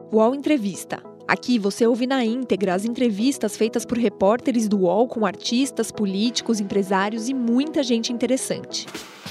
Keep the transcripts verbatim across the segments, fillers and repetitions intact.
U O L Entrevista. Aqui você ouve na íntegra as entrevistas feitas por repórteres do U O L com artistas, políticos, empresários e muita gente interessante.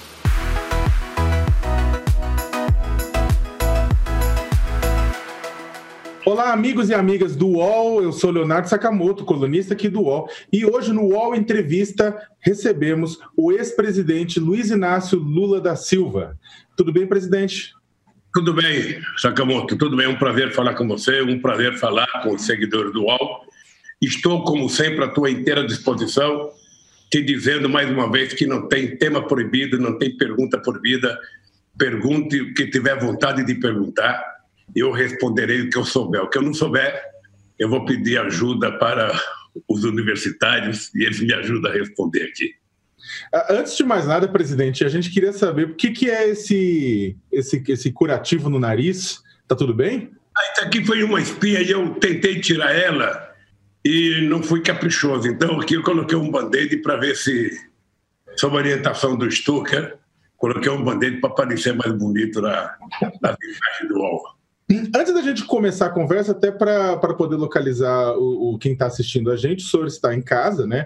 Olá, amigos e amigas do U O L, eu sou Leonardo Sakamoto, colunista aqui do U O L, e hoje no U O L Entrevista recebemos o ex-presidente Luiz Inácio Lula da Silva. Tudo bem, presidente? Tudo bem, Sakamoto, tudo bem, é um prazer falar com você, um prazer falar com os seguidores do U O L. Estou, como sempre, à tua inteira disposição, te dizendo mais uma vez que não tem tema proibido, não tem pergunta proibida. Pergunte o que tiver vontade de perguntar, eu responderei o que eu souber. O que eu não souber, eu vou pedir ajuda para os universitários e eles me ajudam a responder aqui. Antes de mais nada, presidente, a gente queria saber o que, que é esse, esse, esse curativo no nariz. Tá tudo bem? Ah, isso aqui foi uma espinha e eu tentei tirar ela e não fui caprichoso. Então aqui eu coloquei um band-aid para ver se, sob a orientação do Stucker, coloquei um band-aid para parecer mais bonito na, na imagem do U O L. Antes da gente começar a conversa, até para poder localizar o, o quem está assistindo a gente, o senhor está em casa, né?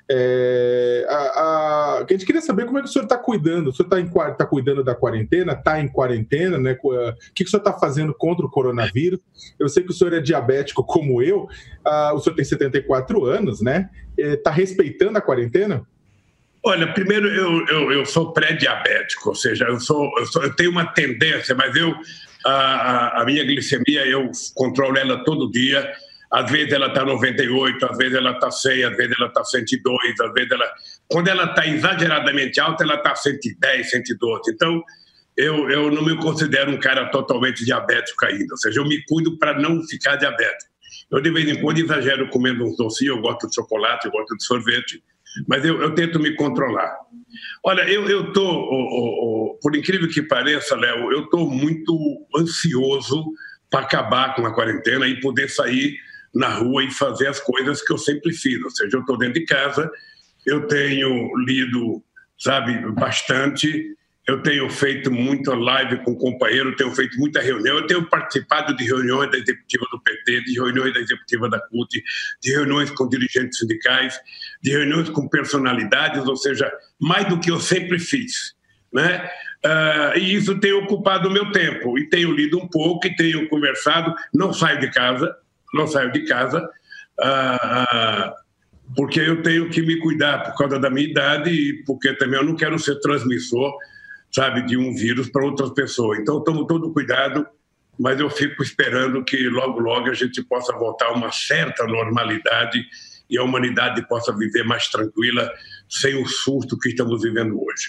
É, a, a, a gente queria saber como é que o senhor está cuidando. O senhor está tá cuidando da quarentena? Está em quarentena, né? O que, que o senhor está fazendo contra o coronavírus? Eu sei que o senhor é diabético como eu, ah, o senhor tem setenta e quatro anos, né? Está respeitando a quarentena? Olha, primeiro eu, eu, eu sou pré-diabético, ou seja, eu, sou, eu, sou, eu tenho uma tendência, mas eu... A, a minha glicemia, eu controlo ela todo dia. Às vezes ela está noventa e oito, às vezes ela está cem, às vezes ela está cento e dois, às vezes ela... Quando ela está exageradamente alta, ela está cento e dez, cento e doze. Então, eu, eu não me considero um cara totalmente diabético ainda. Ou seja, eu me cuido para não ficar diabético. Eu, de vez em quando, exagero comendo uns docinhos, eu gosto de chocolate, eu gosto de sorvete, mas eu, eu tento me controlar. Olha, eu estou, oh, oh, oh, por incrível que pareça, Léo, eu estou muito ansioso para acabar com a quarentena e poder sair na rua e fazer as coisas que eu sempre fiz. Ou seja, eu estou dentro de casa, eu tenho lido, sabe, bastante, eu tenho feito muita live com companheiro, tenho feito muita reunião, eu tenho participado de reuniões da executiva do P T, de reuniões da executiva da C U T, de reuniões com dirigentes sindicais, de reuniões com personalidades, ou seja, mais do que eu sempre fiz, né? Uh, e isso tem ocupado o meu tempo, e tenho lido um pouco, e tenho conversado, não saio de casa, não saio de casa, uh, uh, porque eu tenho que me cuidar por causa da minha idade e porque também eu não quero ser transmissor, sabe, de um vírus para outras pessoas. Então, tomo todo cuidado, mas eu fico esperando que logo, logo a gente possa voltar a uma certa normalidade e a humanidade possa viver mais tranquila, sem o susto que estamos vivendo hoje.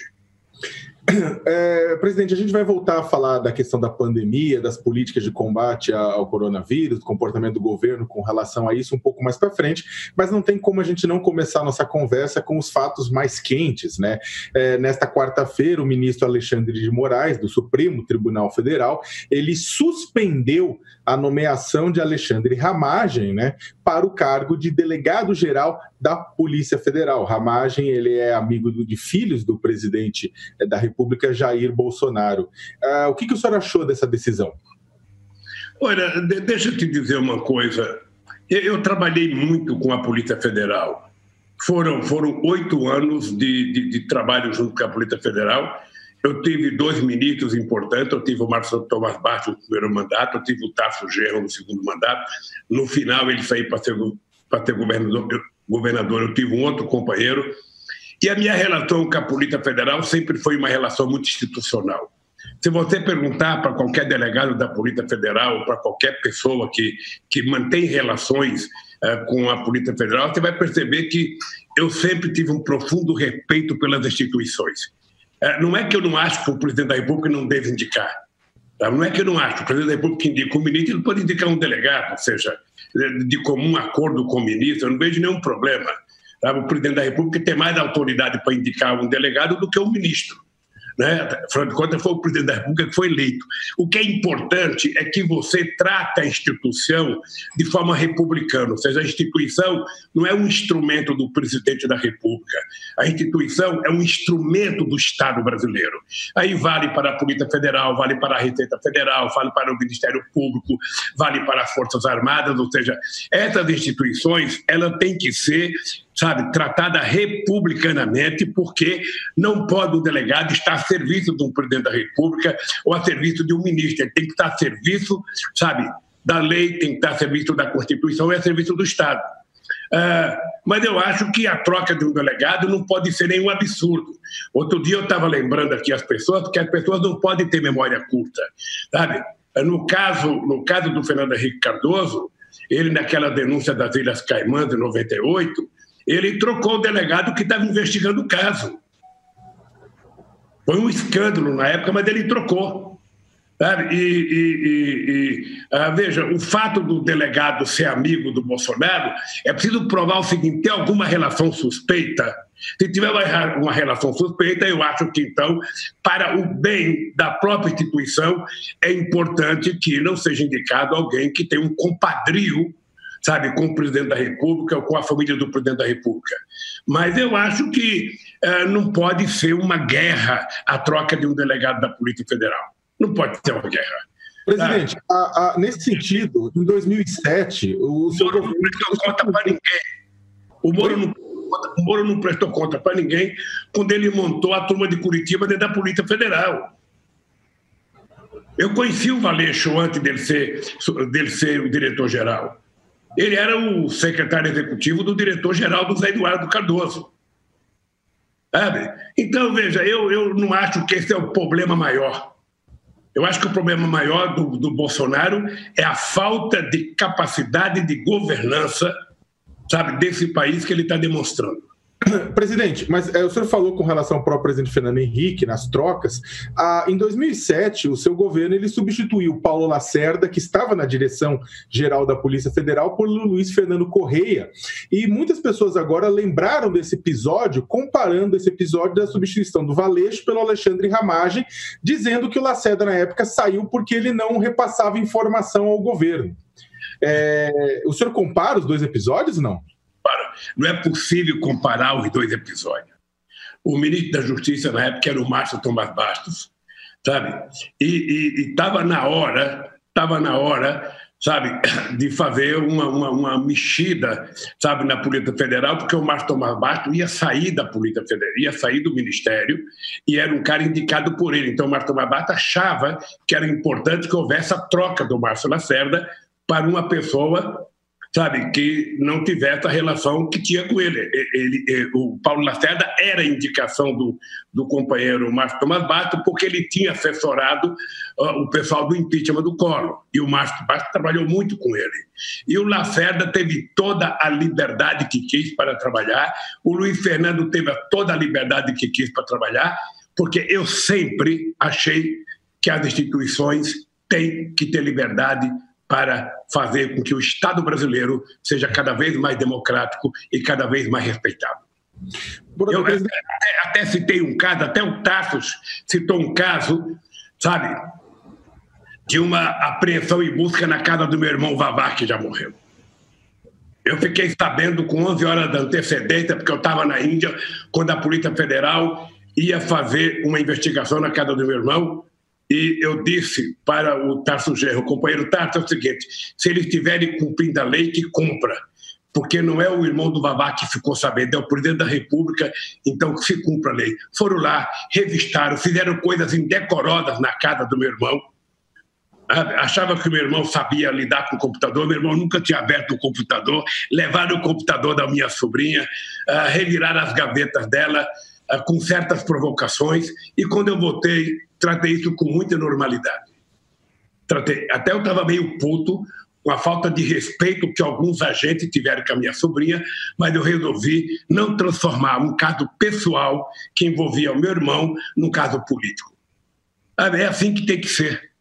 É, presidente, a gente vai voltar a falar da questão da pandemia, das políticas de combate ao coronavírus, do comportamento do governo com relação a isso um pouco mais para frente, mas não tem como a gente não começar a nossa conversa com os fatos mais quentes, né? É, nesta quarta-feira, o ministro Alexandre de Moraes, do Supremo Tribunal Federal, ele suspendeu a nomeação de Alexandre Ramagem, né, para o cargo de delegado-geral da Polícia Federal. Ramagem, ele é amigo do, de filhos do presidente da República, Jair Bolsonaro. Uh, o que, que o senhor achou dessa decisão? Olha, de, deixa eu te dizer uma coisa. Eu, eu trabalhei muito com a Polícia Federal. Foram, foram oito anos de, de, de trabalho junto com a Polícia Federal. Eu tive dois ministros importantes, eu tive o Marcelo Tomás Bastos no primeiro mandato, eu tive o Tasso Genro no segundo mandato. No final, ele saiu para ser, para ser governador, governador, eu tive um outro companheiro. E a minha relação com a Polícia Federal sempre foi uma relação muito institucional. Se você perguntar para qualquer delegado da Polícia Federal, ou para qualquer pessoa que, que mantém relações uh, com a Polícia Federal, você vai perceber que eu sempre tive um profundo respeito pelas instituições. Uh, não é que eu não acho que o presidente da República não deve indicar. Tá? Não é que eu não acho que o presidente da República indica um ministro, ele pode indicar um delegado, ou seja, de comum acordo com o ministro, eu não vejo nenhum problema. O presidente da República tem mais autoridade para indicar um delegado do que um ministro. né? Afinal de contas, foi o presidente da República que foi eleito. O que é importante é que você trata a instituição de forma republicana, ou seja, a instituição não é um instrumento do presidente da República, a instituição é um instrumento do Estado brasileiro. Aí vale para a Polícia Federal, vale para a Receita Federal, vale para o Ministério Público, vale para as Forças Armadas, ou seja, essas instituições, ela tem que ser, sabe, tratada republicanamente, porque não pode o delegado estar a serviço de um presidente da República ou a serviço de um ministro. Ele tem que estar a serviço, sabe, da lei, tem que estar a serviço da Constituição e a serviço do Estado. Uh, mas eu acho que a troca de um delegado não pode ser nenhum absurdo. Outro dia eu estava lembrando aqui as pessoas que as pessoas não podem ter memória curta, sabe? No caso, no caso do Fernando Henrique Cardoso, ele naquela denúncia das Ilhas Caimã de noventa e oito, ele trocou o delegado que estava investigando o caso. Foi um escândalo na época, mas ele trocou. Sabe? E, e, e, e ah, veja, o fato do delegado ser amigo do Bolsonaro, é preciso provar o seguinte: tem alguma relação suspeita? Se tiver uma, uma relação suspeita, eu acho que, então, para o bem da própria instituição, é importante que não seja indicado alguém que tem um compadrio, sabe, com o presidente da República ou com a família do presidente da República. Mas eu acho que uh, não pode ser uma guerra a troca de um delegado da Polícia Federal. Não pode ser uma guerra. Presidente, a, a, nesse sentido, em dois mil e sete... O, o Moro não prestou conta para ninguém. O Moro não, o Moro não prestou conta para ninguém quando ele montou a turma de Curitiba dentro da Polícia Federal. Eu conheci o Valeixo antes dele ser, dele ser o diretor-geral. Ele era o secretário executivo do diretor-geral do Zé Eduardo Cardoso. Sabe? Então, veja, eu, eu não acho que esse é o problema maior. Eu acho que o problema maior do, do Bolsonaro é a falta de capacidade de governança, sabe, desse país que ele está demonstrando. Presidente, mas é, o senhor falou com relação ao próprio presidente Fernando Henrique, nas trocas. Ah, em dois mil e sete, o seu governo ele substituiu Paulo Lacerda, que estava na direção geral da Polícia Federal, por Luiz Fernando Correia. E muitas pessoas agora lembraram desse episódio, comparando esse episódio da substituição do Valeixo pelo Alexandre Ramagem, dizendo que o Lacerda, na época, saiu porque ele não repassava informação ao governo. É, o senhor compara os dois episódios, não? Não é possível comparar os dois episódios. O ministro da Justiça, na época, era o Márcio Tomás Bastos, sabe? E estava na hora, estava na hora, sabe, de fazer uma, uma, uma mexida, sabe, na Polícia Federal, porque o Márcio Tomás Bastos ia sair da Polícia Federal, ia sair do Ministério, e era um cara indicado por ele. Então, o Márcio Tomás Bastos achava que era importante que houvesse a troca do Márcio Lacerda para uma pessoa, sabe, que não tivesse a relação que tinha com ele. ele, ele o Paulo Lacerda era indicação do, do companheiro Márcio Tomás Bastos, porque ele tinha assessorado uh, o pessoal do impeachment do Collor, e o Márcio Bastos trabalhou muito com ele. E o Lacerda teve toda a liberdade que quis para trabalhar, o Luiz Fernando teve toda a liberdade que quis para trabalhar, porque eu sempre achei que as instituições têm que ter liberdade para fazer com que o Estado brasileiro seja cada vez mais democrático e cada vez mais respeitado. Eu até, até citei um caso, até o Tassos citou um caso, sabe, de uma apreensão e busca na casa do meu irmão Vavá, que já morreu. Eu fiquei sabendo com onze horas de antecedência, porque eu estava na Índia, quando a Polícia Federal ia fazer uma investigação na casa do meu irmão. E eu disse para o Tarso Genro, o companheiro Tarso, é o seguinte: se eles estiverem cumprindo a lei, que cumpra, porque não é o irmão do Vavá que ficou sabendo, é o presidente da República, então que se cumpra a lei. Foram lá, revistaram, fizeram coisas indecorosas na casa do meu irmão, achava que o meu irmão sabia lidar com o computador, meu irmão nunca tinha aberto o computador, levaram o computador da minha sobrinha, reviraram as gavetas dela, com certas provocações, e quando eu voltei, tratei isso com muita normalidade. Tratei, até eu estava meio puto com a falta de respeito que alguns agentes tiveram com a minha sobrinha, mas eu resolvi não transformar um caso pessoal que envolvia o meu irmão num caso político. É assim que tem que ser.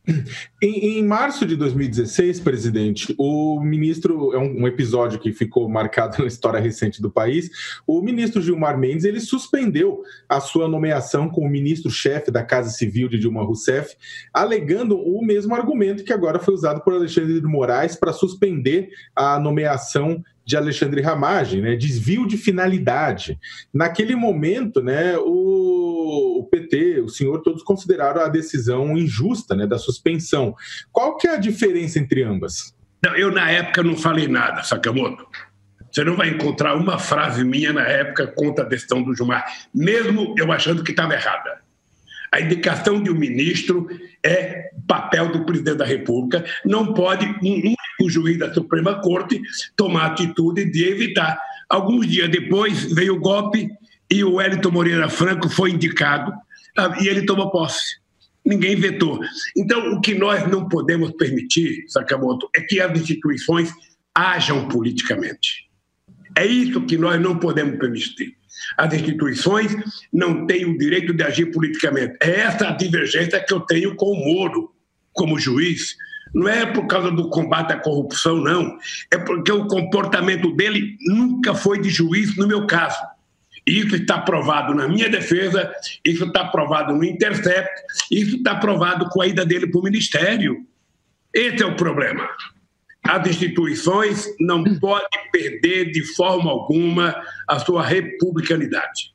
Em, em março de dois mil e dezesseis, presidente, o ministro, é um, um episódio que ficou marcado na história recente do país, o ministro Gilmar Mendes, ele suspendeu a sua nomeação como ministro-chefe da Casa Civil de Dilma Rousseff, alegando o mesmo argumento que agora foi usado por Alexandre de Moraes para suspender a nomeação de Alexandre Ramagem, né, desvio de finalidade. Naquele momento, né, o, o P T, o senhor, todos consideraram a decisão injusta, né, da suspensão. Qual que é a diferença entre ambas? Não, eu, na época, não falei nada, Sakamoto. Você não vai encontrar uma frase minha na época contra a decisão do Gilmar, mesmo eu achando que estava errada. A indicação de um ministro é papel do presidente da República. Não pode um único juiz da Suprema Corte tomar atitude de evitar. Alguns dias depois veio o golpe e o Wellington Moreira Franco foi indicado e ele tomou posse. Ninguém vetou. Então, o que nós não podemos permitir, Sakamoto, é que as instituições ajam politicamente. É isso que nós não podemos permitir. As instituições não têm o direito de agir politicamente. É essa a divergência que eu tenho com o Moro como juiz. Não é por causa do combate à corrupção, não. É porque o comportamento dele nunca foi de juiz no meu caso. Isso está provado na minha defesa, isso está provado no Intercept, isso está provado com a ida dele para o Ministério. Esse é o problema. As instituições não podem perder de forma alguma a sua republicanidade.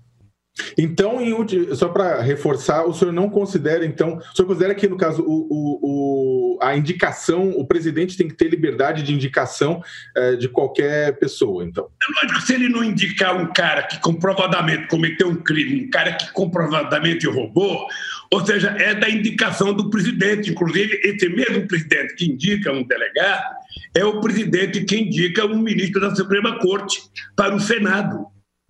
Então, em, só para reforçar, o senhor não considera, então, o senhor considera que, no caso, o, o, o, a indicação, o presidente tem que ter liberdade de indicação é, de qualquer pessoa, então? É lógico, se ele não indicar um cara que comprovadamente cometeu um crime, um cara que comprovadamente roubou, ou seja, é da indicação do presidente. Inclusive, esse mesmo presidente que indica um delegado é o presidente que indica um ministro da Suprema Corte para o Senado.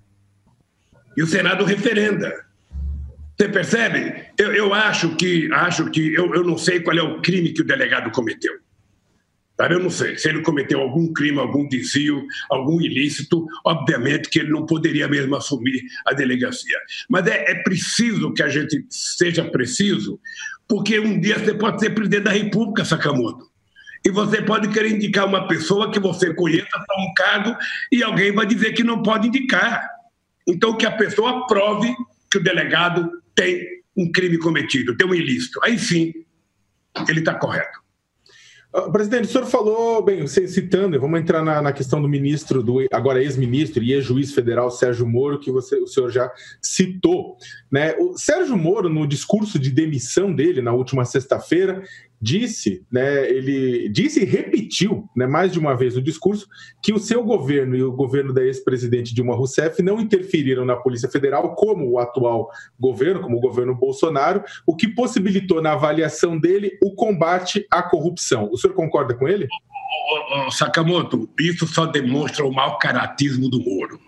E o Senado referenda. Você percebe? Eu, eu acho que, acho que eu, eu não sei qual é o crime que o delegado cometeu. Sabe? Eu não sei. Se ele cometeu algum crime, algum desvio, algum ilícito, obviamente que ele não poderia mesmo assumir a delegacia. Mas é, é preciso que a gente seja preciso, porque um dia você pode ser presidente da República, Sakamoto. E você pode querer indicar uma pessoa que você conheça para um cargo e alguém vai dizer que não pode indicar. Então, que a pessoa prove que o delegado tem um crime cometido, tem um ilícito. Aí sim, ele está correto. Uh, presidente, o senhor falou, bem, você citando, vamos entrar na, na questão do ministro, do agora ex-ministro e ex-juiz federal Sérgio Moro, que você, o senhor já citou, né? O Sérgio Moro, no discurso de demissão dele na última sexta-feira, disse, né, ele disse e repetiu, né, mais de uma vez no discurso, que o seu governo e o governo da ex-presidente Dilma Rousseff não interferiram na Polícia Federal, como o atual governo, como o governo Bolsonaro, o que possibilitou, na avaliação dele, o combate à corrupção. O senhor concorda com ele? Oh, oh, Sakamoto, isso só demonstra o mau caratismo do Moro.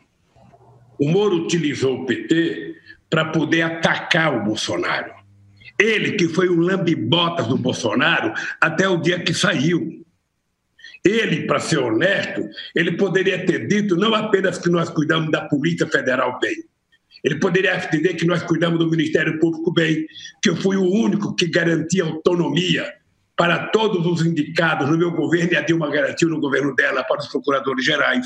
O Moro utilizou o P T para poder atacar o Bolsonaro. Ele, que foi o lambe-botas do Bolsonaro até o dia que saiu. Ele, para ser honesto, ele poderia ter dito não apenas que nós cuidamos da Polícia Federal bem, ele poderia dizer que nós cuidamos do Ministério Público bem, que eu fui o único que garantia autonomia para todos os indicados no meu governo, e a Dilma garantiu no governo dela para os procuradores gerais.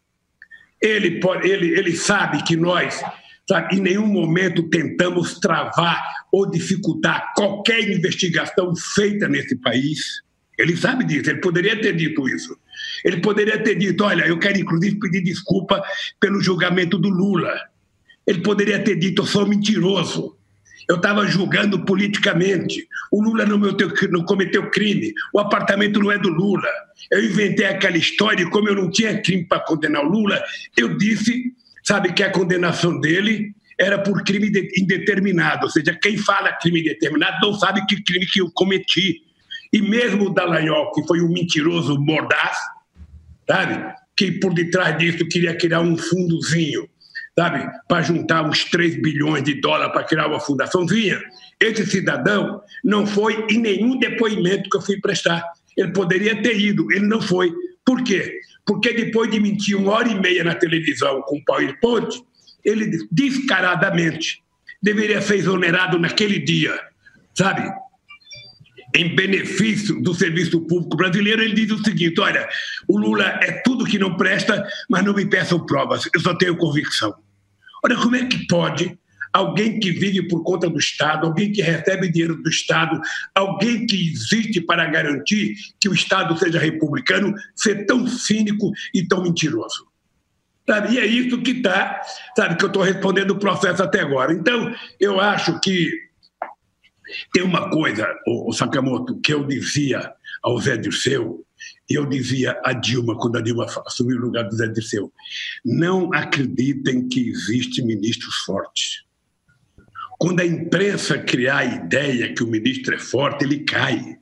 Ele, ele, ele sabe que nós... Sabe, em nenhum momento tentamos travar ou dificultar qualquer investigação feita nesse país. Ele sabe disso, ele poderia ter dito isso. Ele poderia ter dito, olha, eu quero inclusive pedir desculpa pelo julgamento do Lula. Ele poderia ter dito, eu sou mentiroso. Eu estava julgando politicamente. O Lula não, não cometeu crime. O apartamento não é do Lula. Eu inventei aquela história e como eu não tinha crime para condenar o Lula, eu disse... Sabe que a condenação dele era por crime indeterminado, ou seja, quem fala crime indeterminado não sabe que crime que eu cometi. E mesmo o Dallagnol, que foi um mentiroso mordaz, sabe, que por detrás disso queria criar um fundozinho, sabe, para juntar uns três bilhões de dólares para criar uma fundaçãozinha, esse cidadão não foi em nenhum depoimento que eu fui prestar. Ele poderia ter ido, ele não foi. Por quê? Porque depois de mentir uma hora e meia na televisão com o PowerPoint, ele descaradamente deveria ser exonerado naquele dia, sabe? em benefício do serviço público brasileiro, ele diz o seguinte: olha, o Lula é tudo que não presta, mas não me peçam provas, eu só tenho convicção. Olha, como é que pode alguém que vive por conta do Estado, alguém que recebe dinheiro do Estado, alguém que existe para garantir que o Estado seja republicano, ser tão cínico e tão mentiroso? Sabe? E é isso que está, sabe, que eu estou respondendo o processo até agora. Então, eu acho que tem uma coisa, o Sakamoto, que eu dizia ao Zé Dirceu, e eu dizia a Dilma, quando a Dilma assumiu o lugar do Zé Dirceu: não acreditem que existem ministros fortes. Quando a imprensa criar a ideia que o ministro é forte, ele cai.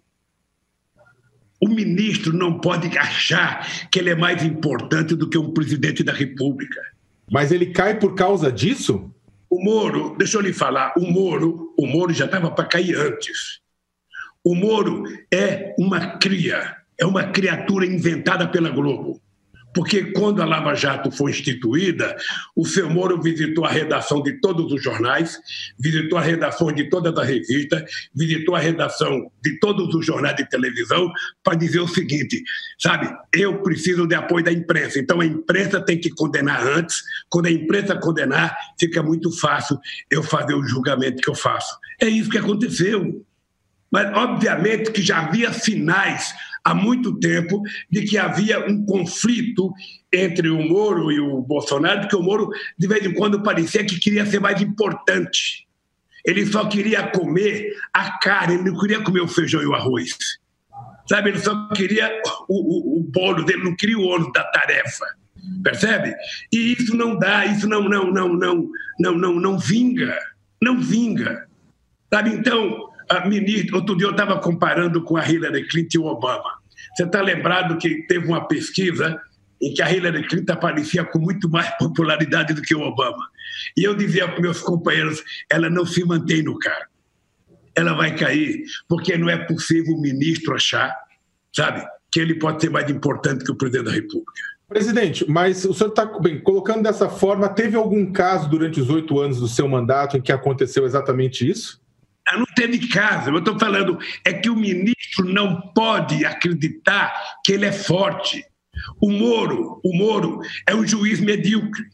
O ministro não pode achar que ele é mais importante do que um presidente da República. Mas ele cai por causa disso? O Moro, deixa eu lhe falar, o Moro, o Moro já estava para cair antes. O Moro é uma cria, é uma criatura inventada pela Globo. Porque quando a Lava Jato foi instituída, o seu Moro visitou a redação de todos os jornais, visitou a redação de todas as revistas, visitou a redação de todos os jornais de televisão para dizer o seguinte, sabe, eu preciso de apoio da imprensa, então a imprensa tem que condenar antes, quando a imprensa condenar, fica muito fácil eu fazer o julgamento que eu faço. É isso que aconteceu. Mas, obviamente, que já havia sinais há muito tempo de que havia um conflito entre o Moro e o Bolsonaro, porque o Moro, de vez em quando, parecia que queria ser mais importante. Ele só queria comer a carne, ele não queria comer o feijão e o arroz. Sabe, ele só queria o, o, o bolo dele, não queria o ônus da tarefa. Percebe? E isso não dá, isso não, não, não, não, não, não, não vinga. Não vinga. Sabe, então... A ministra, outro dia eu estava comparando com a Hillary Clinton e o Obama. Você está lembrado que teve uma pesquisa em que a Hillary Clinton aparecia com muito mais popularidade do que o Obama. E eu dizia para meus companheiros, ela não se mantém no cargo. Ela vai cair, porque não é possível o ministro achar, sabe, que ele pode ser mais importante que o presidente da República. Presidente, mas o senhor está bem, colocando dessa forma, teve algum caso durante os oito anos do seu mandato em que aconteceu exatamente isso? Não teve caso, eu estou falando, é que o ministro não pode acreditar que ele é forte. O Moro, o Moro é um juiz medíocre.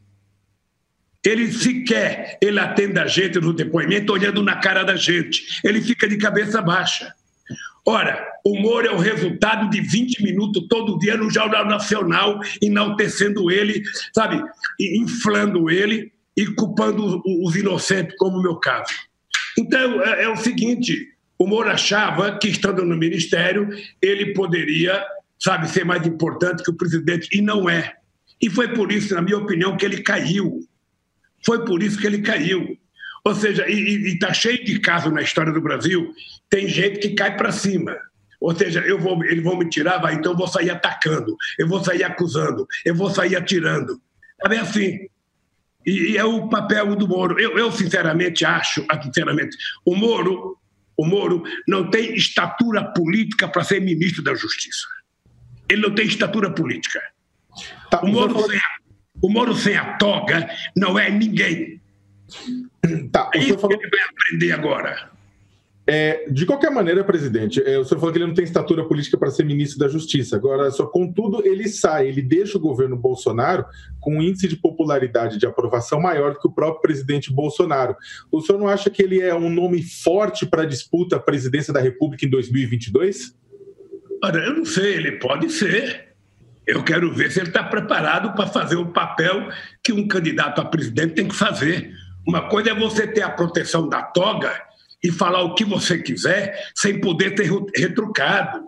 Ele sequer, ele atende a gente no depoimento olhando na cara da gente. Ele fica de cabeça baixa. Ora, o Moro é o resultado de vinte minutos todo dia no Jornal Nacional, enaltecendo ele, sabe, inflando ele e culpando os inocentes, como o meu caso. Então, é, é o seguinte, o Moro achava que, estando no ministério, ele poderia, sabe, ser mais importante que o presidente, e não é. E foi por isso, na minha opinião, que ele caiu. Foi por isso que ele caiu. Ou seja, e está cheio de casos na história do Brasil, tem gente que cai para cima. Ou seja, eu vou, eles vão me tirar, vai, então eu vou sair atacando, eu vou sair acusando, eu vou sair atirando. É bem assim. E, e é o papel do Moro. Eu, eu sinceramente acho, sinceramente, o Moro, o Moro não tem estatura política para ser ministro da Justiça. Ele não tem estatura política. Tá, o, Moro falou... sem a, o Moro sem a toga não é ninguém. Tá, é isso falou... que ele vai aprender agora. É, de qualquer maneira, presidente, é, o senhor falou que ele não tem estatura política para ser ministro da Justiça. Agora, só contudo, ele sai, ele deixa o governo Bolsonaro com um índice de popularidade de aprovação maior do que o próprio presidente Bolsonaro. O senhor não acha que ele é um nome forte para a disputa à presidência da República em dois mil e vinte e dois? Olha, eu não sei, ele pode ser. Eu quero ver se ele está preparado para fazer o papel que um candidato a presidente tem que fazer. Uma coisa é você ter a proteção da toga e falar o que você quiser sem poder ter retrucado.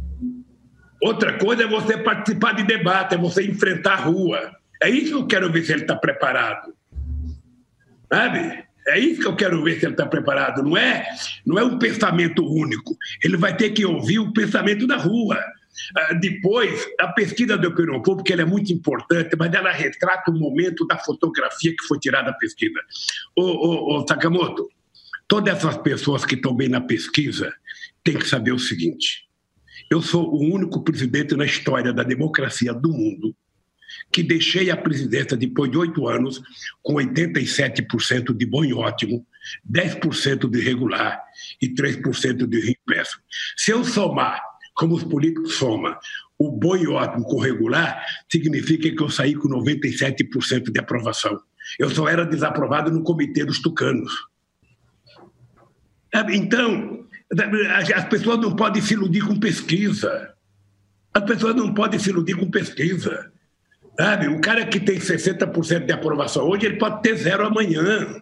Outra coisa é você participar de debate, é você enfrentar a rua. É isso que eu quero ver se ele está preparado. Sabe? É isso que eu quero ver se ele está preparado. Não é, não é um pensamento único. Ele vai ter que ouvir o pensamento da rua. Depois, a pesquisa do opinião pública ela é muito importante, mas ela retrata o momento da fotografia que foi tirada da pesquisa. Ô, ô, ô Sakamoto, todas essas pessoas que estão bem na pesquisa têm que saber o seguinte: eu sou o único presidente na história da democracia do mundo que deixei a presidência depois de oito anos com oitenta e sete por cento de bom e ótimo, dez por cento de regular e três por cento de reimpresso. Se eu somar, como os políticos somam, o bom e ótimo com regular, significa que eu saí com noventa e sete por cento de aprovação. Eu só era desaprovado no comitê dos tucanos. Então, as pessoas não podem se iludir com pesquisa. As pessoas não podem se iludir com pesquisa. Sabe? O cara que tem sessenta por cento de aprovação hoje, ele pode ter zero amanhã.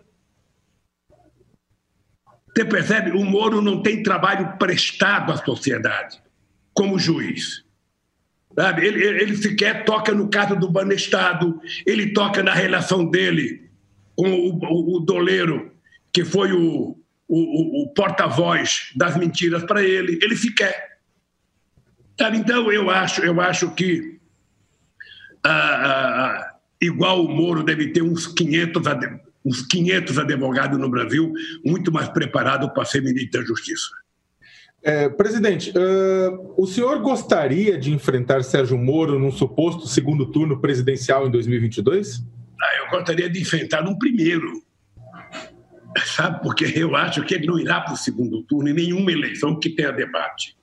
Você percebe? O Moro não tem trabalho prestado à sociedade como juiz. Sabe? Ele, ele sequer toca no caso do Banestado, ele toca na relação dele com o, o, o doleiro, que foi o, o, o porta-voz das mentiras para ele. Ele sequer. Sabe? Então, eu acho, eu acho que ah, ah, igual o Moro deve ter uns quinhentos, uns quinhentos advogados no Brasil muito mais preparados para ser ministro da Justiça. É, presidente, uh, o senhor gostaria de enfrentar Sérgio Moro num suposto segundo turno presidencial em dois mil e vinte e dois? Ah, eu gostaria de enfrentar num primeiro. Sabe? Porque eu acho que ele não irá para o segundo turno em nenhuma eleição que tenha debate.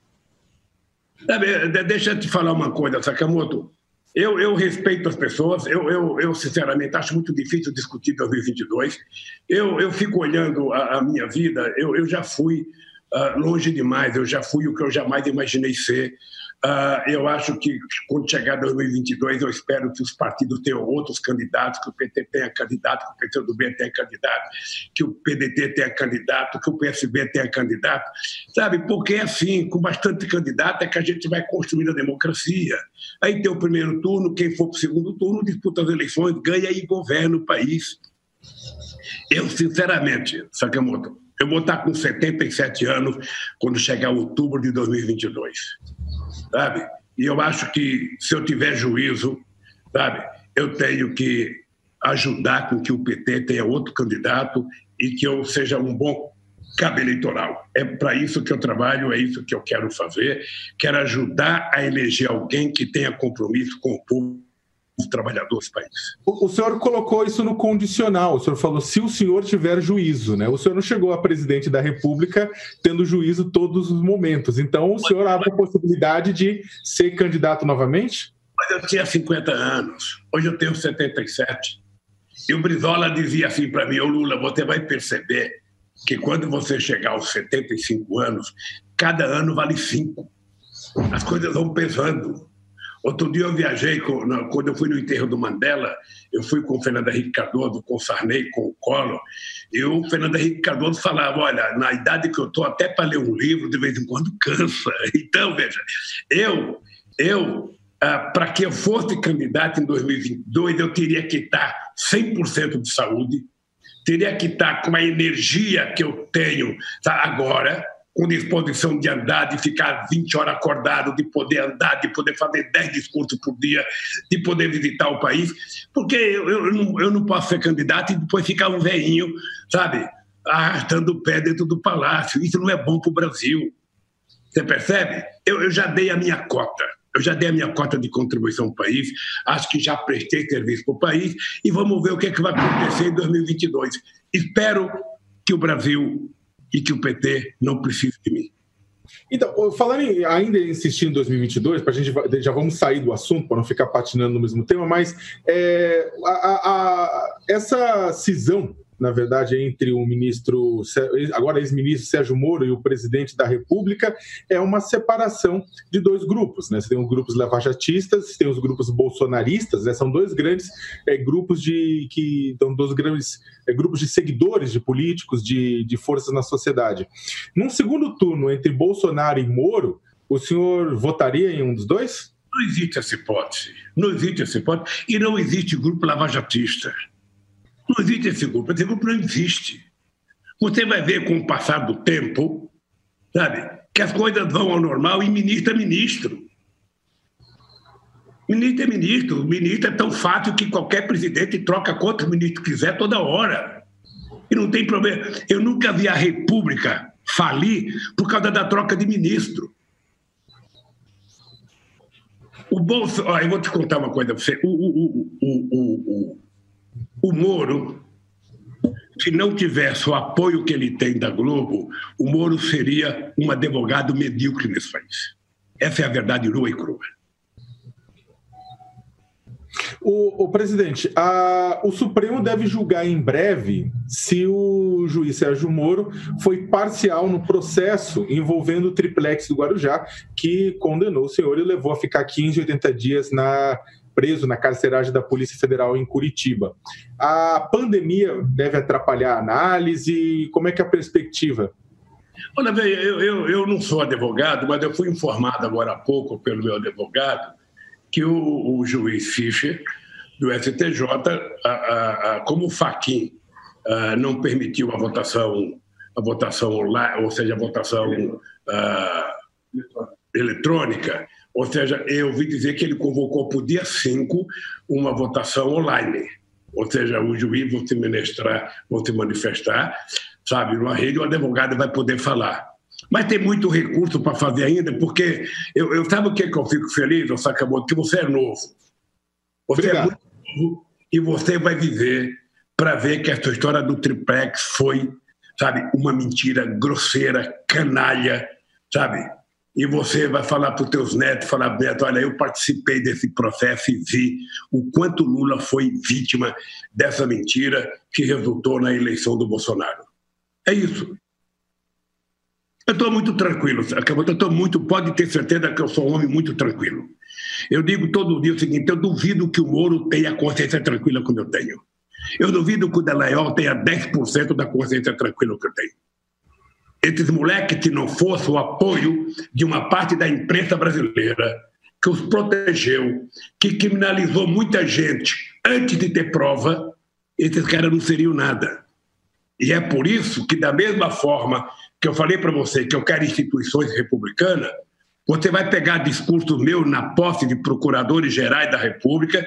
Sabe, deixa eu te falar uma coisa, Sakamoto. Eu, eu respeito as pessoas, eu, eu, eu sinceramente acho muito difícil discutir dois mil e vinte e dois. Eu, eu fico olhando a, a minha vida, eu, eu já fui uh, longe demais, eu já fui o que eu jamais imaginei ser. Uh, eu acho que quando chegar dois mil e vinte e dois, eu espero que os partidos tenham outros candidatos, que o P T tenha candidato, que o P C do B tenha candidato, que o P D T tenha candidato, que o P S B tenha candidato, sabe? Porque assim, com bastante candidato é que a gente vai construir a democracia. Aí tem o primeiro turno, quem for para o segundo turno disputa as eleições, ganha e governa o país. Eu, sinceramente, Sakamoto, eu vou estar com setenta e sete anos quando chegar outubro de dois mil e vinte e dois. Sabe? E eu acho que, se eu tiver juízo, sabe, eu tenho que ajudar com que o P T tenha outro candidato e que eu seja um bom cabo eleitoral. É para isso que eu trabalho, é isso que eu quero fazer. Quero ajudar a eleger alguém que tenha compromisso com o povo, os trabalhadores do país. O, o senhor colocou isso no condicional, o senhor falou se o senhor tiver juízo, né? O senhor não chegou a presidente da República tendo juízo todos os momentos, então o senhor abre a possibilidade de ser candidato novamente? Mas eu tinha cinquenta anos, hoje eu tenho setenta e sete. E o Brizola dizia assim para mim: ô Lula, você vai perceber que quando você chegar aos setenta e cinco anos, cada ano vale cinco. As coisas vão pesando. Outro dia eu viajei, com, quando eu fui no enterro do Mandela, eu fui com o Fernando Henrique Cardoso, com o Sarney, com o Collor, e o Fernando Henrique Cardoso falava: olha, na idade que eu estou, até para ler um livro, de vez em quando cansa. Então, veja, eu, eu ah, para que eu fosse candidato em dois mil e vinte e dois, eu teria que estar cem por cento de saúde, teria que estar com a energia que eu tenho tá, agora, com disposição de andar, de ficar vinte horas acordado, de poder andar, de poder fazer dez discursos por dia, de poder visitar o país, porque eu, eu, não, eu não posso ser candidato e depois ficar um velhinho, sabe, arrastando o pé dentro do palácio. Isso não é bom para o Brasil. Você percebe? Eu, eu já dei a minha cota, eu já dei a minha cota de contribuição para o país, acho que já prestei serviço para o país e vamos ver o que, é que vai acontecer em dois mil e vinte e dois. Espero que o Brasil e que o P T não precise de mim. Então, falando em, ainda insistir em dois mil e vinte e dois, pra gente, já vamos sair do assunto para não ficar patinando no mesmo tema, mas é, a, a, a, essa cisão, na verdade, entre o ministro, agora ex-ministro Sérgio Moro e o presidente da República, é uma separação de dois grupos, né? Você tem os grupos lavajatistas, você tem os grupos bolsonaristas, né? São dois grandes é, grupos de que são dois grandes é, grupos de seguidores de políticos, de, de forças na sociedade. Num segundo turno entre Bolsonaro e Moro, o senhor votaria em um dos dois? Não existe essa hipótese. Não existe essa hipótese e não existe grupo lavajatista. Não existe esse grupo, esse grupo não existe. Você vai ver com o passar do tempo, sabe, que as coisas vão ao normal e ministro é ministro. Ministro é ministro. Ministro é tão fácil que qualquer presidente troca quantos ministros quiser toda hora. E não tem problema. Eu nunca vi a República falir por causa da troca de ministro. O Bolso... Ó, eu vou te contar uma coisa para você. O, o, o, o, o, o O Moro, se não tivesse o apoio que ele tem da Globo, o Moro seria um advogado medíocre nesse país. Essa é a verdade nua e crua. O, o presidente, a, o Supremo deve julgar em breve se o juiz Sérgio Moro foi parcial no processo envolvendo o triplex do Guarujá, que condenou o senhor e levou a ficar quinze, oitenta dias na, preso na carceragem da Polícia Federal em Curitiba. A pandemia deve atrapalhar a análise? Como é que é a perspectiva? Olha, eu, eu, eu não sou advogado, mas eu fui informado agora há pouco pelo meu advogado que o, o juiz Fischer, do S T J, a, a, a, como o Fachin a, não permitiu a votação, a votação online, ou seja, a votação a, eletrônica, ou seja, eu ouvi dizer que ele convocou para o dia cinco uma votação online, ou seja, o juiz vai se manifestar, vai se manifestar, sabe, numa rede, o advogado vai poder falar. Mas tem muito recurso para fazer ainda, porque eu, eu sabe o que, que eu fico feliz, ô Sakamoto? Que você é novo. Você Obrigado. é muito novo e você vai viver para ver que essa história do triplex foi, sabe, uma mentira grosseira, canalha, sabe? E você vai falar para os teus netos, falar, Beto, olha, eu participei desse processo e vi o quanto Lula foi vítima dessa mentira que resultou na eleição do Bolsonaro. É isso. Eu estou muito tranquilo, eu estou muito, pode ter certeza que eu sou um homem muito tranquilo. Eu digo todo dia o seguinte, eu duvido que o Moro tenha consciência tranquila como eu tenho. Eu duvido que o Dallagnol tenha dez por cento da consciência tranquila que eu tenho. Esses moleques, se não fosse o apoio de uma parte da imprensa brasileira que os protegeu, que criminalizou muita gente antes de ter prova, esses caras não seriam nada. E é por isso que, da mesma forma que eu falei para você que eu quero instituições republicanas, você vai pegar discurso meu na posse de procuradores gerais da República,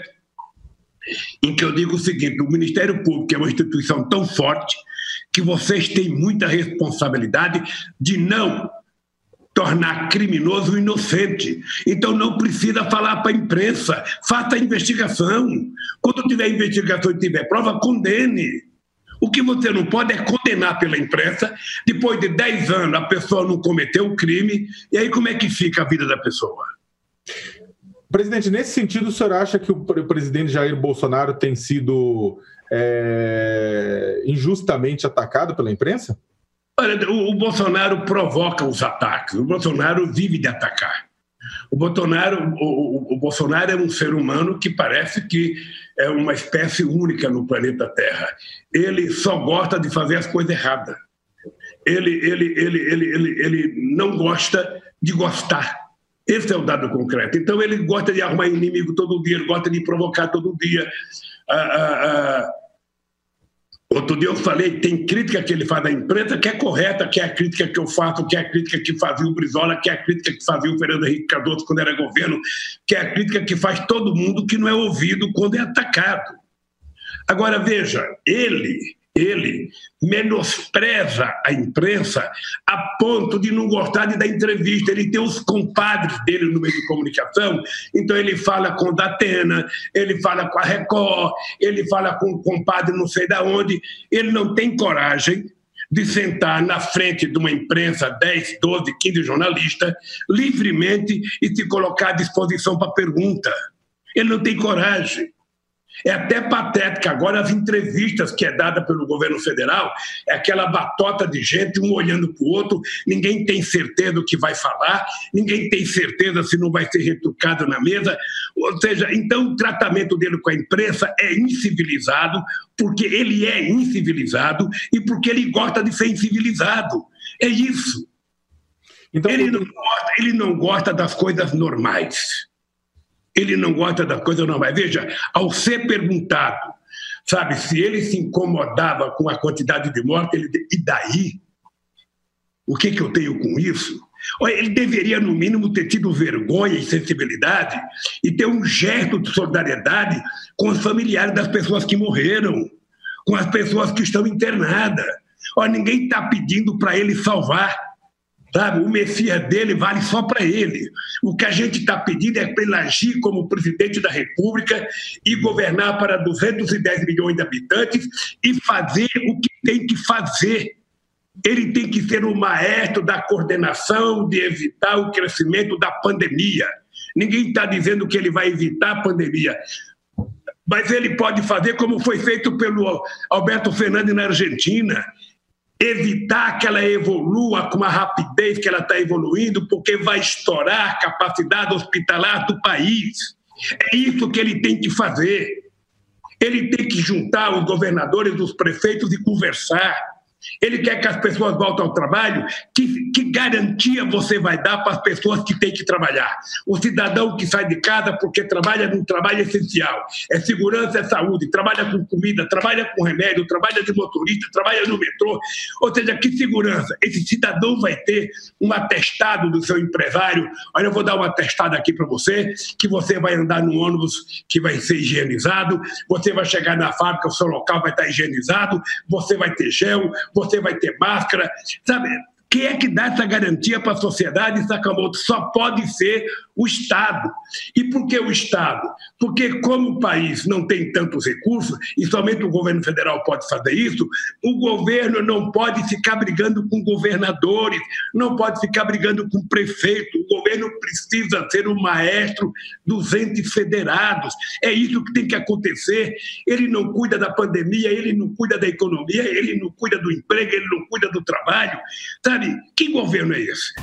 em que eu digo o seguinte, o Ministério Público é uma instituição tão forte que vocês têm muita responsabilidade de não tornar criminoso o inocente. Então não precisa falar para a imprensa, faça a investigação. Quando tiver investigação e tiver prova, condene. O que você não pode é condenar pela imprensa, depois de dez anos a pessoa não cometeu o crime, e aí como é que fica a vida da pessoa? Presidente, nesse sentido, o senhor acha que o presidente Jair Bolsonaro tem sido é, injustamente atacado pela imprensa? Olha, o, o Bolsonaro provoca os ataques, o Bolsonaro vive de atacar. O Bolsonaro, o, o, o Bolsonaro é um ser humano que parece que é uma espécie única no planeta Terra. Ele só gosta de fazer as coisas erradas. Ele, ele, ele, ele, ele, ele não gosta de gostar. Esse é o dado concreto. Então ele gosta de arrumar inimigo todo dia, ele gosta de provocar todo dia. Ah, ah, ah. Outro dia eu falei, tem crítica que ele faz da imprensa que é correta, que é a crítica que eu faço, que é a crítica que fazia o Brizola, que é a crítica que fazia o Fernando Henrique Cardoso quando era governo, que é a crítica que faz todo mundo que não é ouvido quando é atacado. Agora, veja, ele, ele menospreza a imprensa a ponto de não gostar de dar entrevista. Ele tem os compadres dele no meio de comunicação, então ele fala com o Datena, ele fala com a Record, ele fala com o compadre não sei de onde. Ele não tem coragem de sentar na frente de uma imprensa, dez, doze, quinze jornalistas, livremente e se colocar à disposição para pergunta. Ele não tem coragem. É até patética agora as entrevistas que é dada pelo governo federal, é aquela batota de gente, um olhando para o outro, ninguém tem certeza do que vai falar, ninguém tem certeza se não vai ser retrucado na mesa, ou seja, então o tratamento dele com a imprensa é incivilizado, porque ele é incivilizado e porque ele gosta de ser incivilizado. É isso. Então, ele, não gosta, ele não gosta das coisas normais. Ele não gosta das coisas normais. Veja, ao ser perguntado, sabe, se ele se incomodava com a quantidade de mortes, ele e daí? O que, que eu tenho com isso? Ele deveria, no mínimo, ter tido vergonha e sensibilidade e ter um gesto de solidariedade com os familiares das pessoas que morreram, com as pessoas que estão internadas. Olha, ninguém está pedindo para ele salvar. Sabe? O Messias dele vale só para ele. O que a gente está pedindo é para ele agir como presidente da República e governar para duzentos e dez milhões de habitantes e fazer o que tem que fazer. Ele tem que ser o maestro da coordenação, de evitar o crescimento da pandemia. Ninguém está dizendo que ele vai evitar a pandemia, mas ele pode fazer como foi feito pelo Alberto Fernandes na Argentina, evitar que ela evolua com a rapidez que ela está evoluindo, porque vai estourar a capacidade hospitalar do país. É isso que ele tem que fazer. Ele tem que juntar os governadores, os prefeitos e conversar. Ele quer que as pessoas voltem ao trabalho. Que, que garantia você vai dar para as pessoas que têm que trabalhar? O cidadão que sai de casa porque trabalha num trabalho essencial. É segurança, é saúde, trabalha com comida, trabalha com remédio, trabalha de motorista, trabalha no metrô. Ou seja, que segurança? Esse cidadão vai ter um atestado do seu empresário. Olha, eu vou dar um atestado aqui para você, que você vai andar num ônibus que vai ser higienizado, você vai chegar na fábrica, o seu local vai estar higienizado, você vai ter gel, você vai ter máscara, sabe? Quem é que dá essa garantia para a sociedade, Sakamoto? Só pode ser o Estado. E por que o Estado? Porque como o país não tem tantos recursos, e somente o governo federal pode fazer isso, o governo não pode ficar brigando com governadores, não pode ficar brigando com prefeito. O governo precisa ser o maestro dos entes federados. É isso que tem que acontecer. Ele não cuida da pandemia, ele não cuida da economia, ele não cuida do emprego, ele não cuida do trabalho. Sabe? Que governo é esse?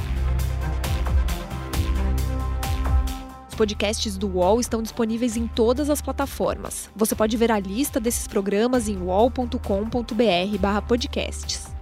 Os podcasts do U O L estão disponíveis em todas as plataformas. Você pode ver a lista desses programas em uol ponto com ponto br barra podcasts.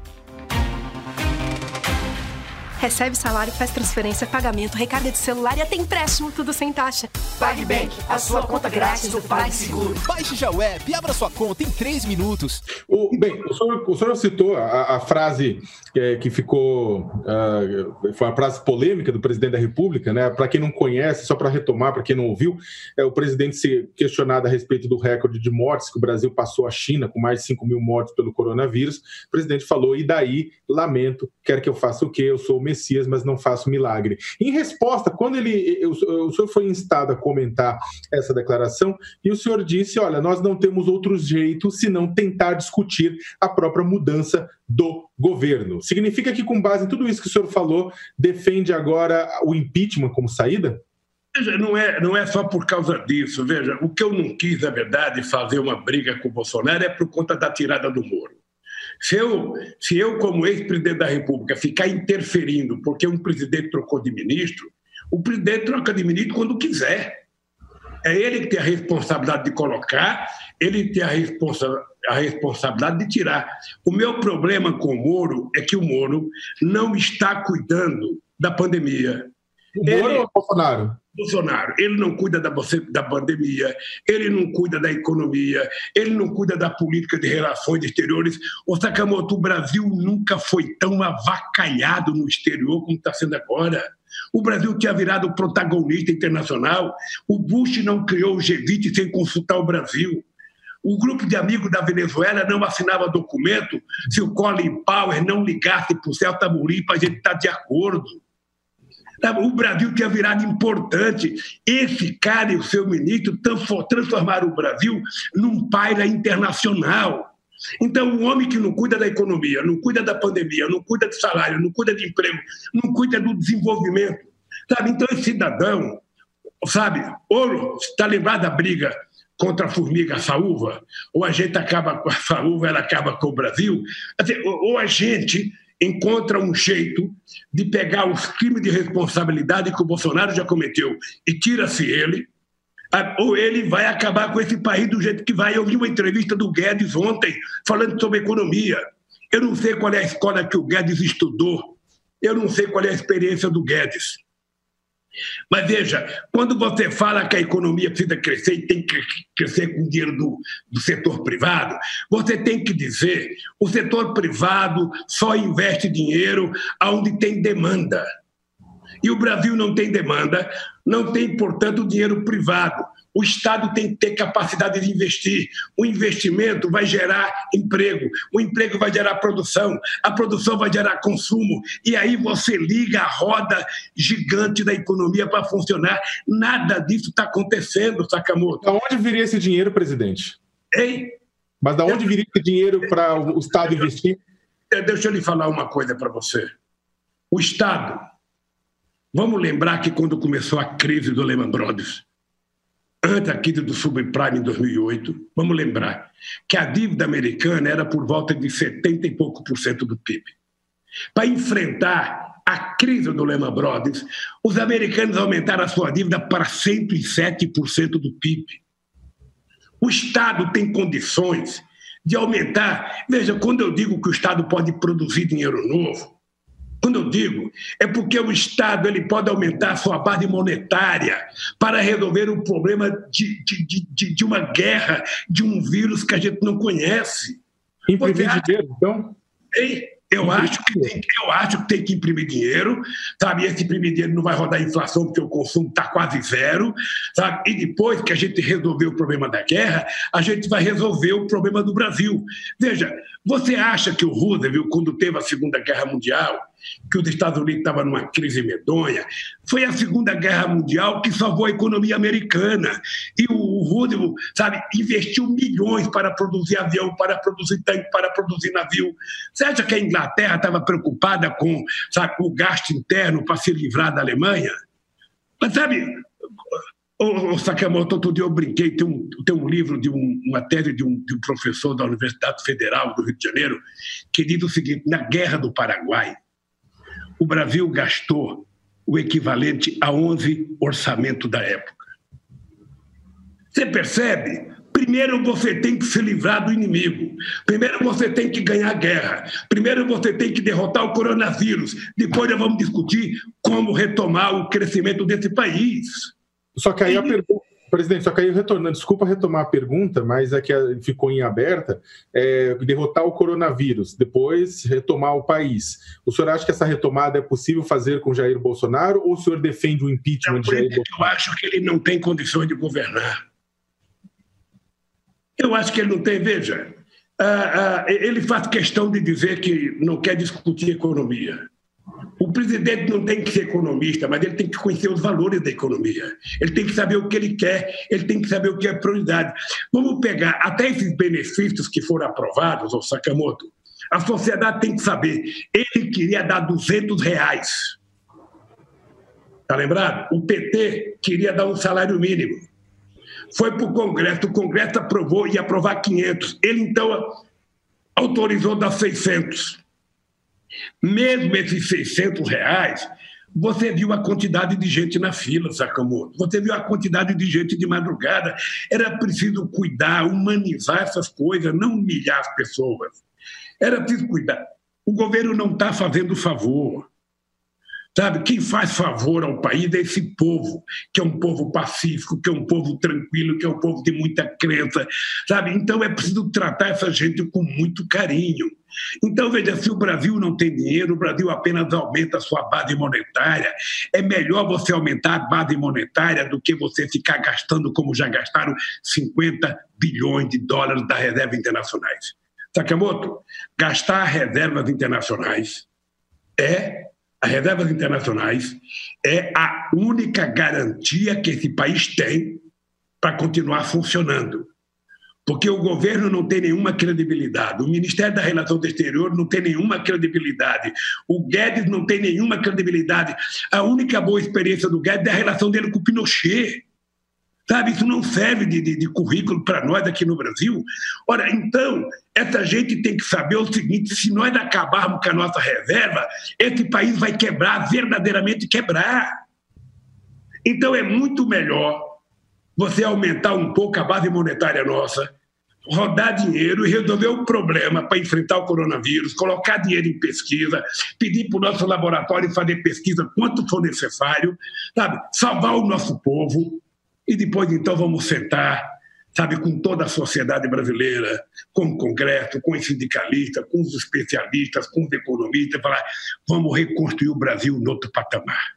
Recebe salário, faz transferência, pagamento, recarga de celular e até empréstimo, tudo sem taxa. PagBank, a sua conta grátis do PagSeguro. Baixe já o app e abra sua conta em três minutos. O, bem, o senhor, o senhor citou a, a frase é, que ficou... Uh, foi uma frase polêmica do presidente da República, né? Para quem não conhece, só para retomar, para quem não ouviu, é, o presidente se questionado a respeito do recorde de mortes que o Brasil passou à China, com mais de cinco mil mortes pelo coronavírus. O presidente falou, e daí, lamento, quer que eu faça o quê? Eu sou o Messias, mas não faço milagre. Em resposta, quando ele, o, o senhor foi instado a comentar essa declaração, e o senhor disse, olha, nós não temos outro jeito senão tentar discutir a própria mudança do governo. Significa que, com base em tudo isso que o senhor falou, defende agora o impeachment como saída? Veja, não é, não é só por causa disso. Veja, o que eu não quis, na verdade, fazer uma briga com o Bolsonaro é por conta da tirada do Moro. Se eu, se eu, como ex-presidente da República, ficar interferindo porque um presidente trocou de ministro, o presidente troca de ministro quando quiser. É ele que tem a responsabilidade de colocar, ele tem a, responsa, a responsabilidade de tirar. O meu problema com o Moro é que o Moro não está cuidando da pandemia. O Moro ou o Bolsonaro? Bolsonaro, ele não cuida da, da pandemia, ele não cuida da economia, ele não cuida da política de relações exteriores. O Sakamoto, o Brasil nunca foi tão avacalhado no exterior como está sendo agora. O Brasil tinha virado protagonista internacional. O Bush não criou o G vinte sem consultar o Brasil. O grupo de amigos da Venezuela não assinava documento se o Colin Powell não ligasse para o Celso Amorim para a gente estar de acordo. O Brasil tinha virado importante. Esse cara e o seu ministro transformaram o Brasil num paira internacional. Então, um homem que não cuida da economia, não cuida da pandemia, não cuida de salário, não cuida de emprego, não cuida do desenvolvimento, sabe? Então, esse cidadão, sabe, ou está lembrado da briga contra a formiga a saúva, ou a gente acaba com a saúva, ela acaba com o Brasil, assim, ou a gente encontra um jeito de pegar os crimes de responsabilidade que o Bolsonaro já cometeu e tira-se ele, ou ele vai acabar com esse país do jeito que vai. Eu vi uma entrevista do Guedes ontem falando sobre economia. Eu não sei qual é a escola que o Guedes estudou, eu não sei qual é a experiência do Guedes. Mas veja, quando você fala que a economia precisa crescer e tem que crescer com o dinheiro do, do setor privado, você tem que dizer o setor privado só investe dinheiro onde tem demanda. E o Brasil não tem demanda, não tem, portanto, dinheiro privado. O Estado tem que ter capacidade de investir. O investimento vai gerar emprego, o emprego vai gerar produção, a produção vai gerar consumo, e aí você liga a roda gigante da economia para funcionar. Nada disso está acontecendo, Sakamoto. Da onde viria esse dinheiro, presidente? Hein? Mas da onde viria esse dinheiro para o Estado investir? Deixa eu lhe falar uma coisa para você. O Estado, vamos lembrar que quando começou a crise do Lehman Brothers, antes da crise do subprime em dois mil e oito, vamos lembrar que a dívida americana era por volta de setenta e pouco por cento do P I B. Para enfrentar a crise do Lehman Brothers, os americanos aumentaram a sua dívida para cento e sete por cento do P I B. O Estado tem condições de aumentar. Veja, quando eu digo que o Estado pode produzir dinheiro novo, quando eu digo, é porque o Estado ele pode aumentar a sua base monetária para resolver o problema de, de, de, de uma guerra, de um vírus que a gente não conhece. Imprimir dinheiro, então? Hein? Eu acho, que tem, eu acho que tem que imprimir dinheiro, sabe? Esse imprimir dinheiro não vai rodar a inflação porque o consumo está quase zero, sabe? E depois que a gente resolver o problema da guerra, a gente vai resolver o problema do Brasil. Veja, você acha que o Roosevelt, quando teve a Segunda Guerra Mundial, que os Estados Unidos estavam numa crise medonha, foi a Segunda Guerra Mundial que salvou a economia americana. E o Roosevelt, sabe, investiu milhões para produzir avião, para produzir tanque, para produzir navio. Você acha que a Inglaterra estava preocupada com, sabe, o gasto interno para se livrar da Alemanha? Mas, sabe, o, o Sakamoto, outro dia eu brinquei, tem um, tem um livro, de um, uma tese de um, de um professor da Universidade Federal do Rio de Janeiro, que diz o seguinte: na Guerra do Paraguai, o Brasil gastou o equivalente a onze orçamentos da época. Você percebe? Primeiro você tem que se livrar do inimigo. Primeiro você tem que ganhar a guerra. Primeiro você tem que derrotar o coronavírus. Depois nós vamos discutir como retomar o crescimento desse país. Só que aí a pergunta... Presidente, só que aí retornando, desculpa retomar a pergunta, mas é que ficou em aberta, é, derrotar o coronavírus, depois retomar o país. O senhor acha que essa retomada é possível fazer com Jair Bolsonaro ou o senhor defende o impeachment de Jair Bolsonaro? Eu acho que ele não tem condições de governar. Eu acho que ele não tem, veja, ah, ah, ele faz questão de dizer que não quer discutir economia. O presidente não tem que ser economista, mas ele tem que conhecer os valores da economia. Ele tem que saber o que ele quer, ele tem que saber o que é prioridade. Vamos pegar até esses benefícios que foram aprovados, ô Sakamoto. A sociedade tem que saber. Ele queria dar duzentos reais. Está lembrado? O P T queria dar um salário mínimo. Foi para o Congresso, o Congresso aprovou e ia aprovar quinhentos. Ele, então, autorizou dar seiscentos. Mesmo esses seiscentos reais, você viu a quantidade de gente na fila, Sakamoto. Você viu a quantidade de gente de madrugada. Era preciso cuidar, humanizar essas coisas, não humilhar as pessoas. Era preciso cuidar. O governo não está fazendo favor. Sabe, quem faz favor ao país é esse povo, que é um povo pacífico, que é um povo tranquilo, que é um povo de muita crença, sabe? Então é preciso tratar essa gente com muito carinho. Então, veja, se o Brasil não tem dinheiro, o Brasil apenas aumenta a sua base monetária. É melhor você aumentar a base monetária do que você ficar gastando, como já gastaram, cinquenta bilhões de dólares das reservas internacionais. Sakamoto, gastar reservas internacionais é... As reservas internacionais é a única garantia que esse país tem para continuar funcionando. Porque o governo não tem nenhuma credibilidade, o Ministério da Relações Exteriores não tem nenhuma credibilidade, o Guedes não tem nenhuma credibilidade. A única boa experiência do Guedes é a relação dele com o Pinochet. Sabe, isso não serve de, de, de currículo para nós aqui no Brasil. Ora, então, essa gente tem que saber o seguinte: se nós acabarmos com a nossa reserva, esse país vai quebrar, verdadeiramente quebrar. Então, é muito melhor você aumentar um pouco a base monetária nossa, rodar dinheiro e resolver o problema para enfrentar o coronavírus, colocar dinheiro em pesquisa, pedir para o nosso laboratório fazer pesquisa quanto for necessário, sabe, salvar o nosso povo. E depois, então, vamos sentar, sabe, com toda a sociedade brasileira, com o Congresso, com os sindicalistas, com os especialistas, com os economistas, falar: vamos reconstruir o Brasil no outro patamar.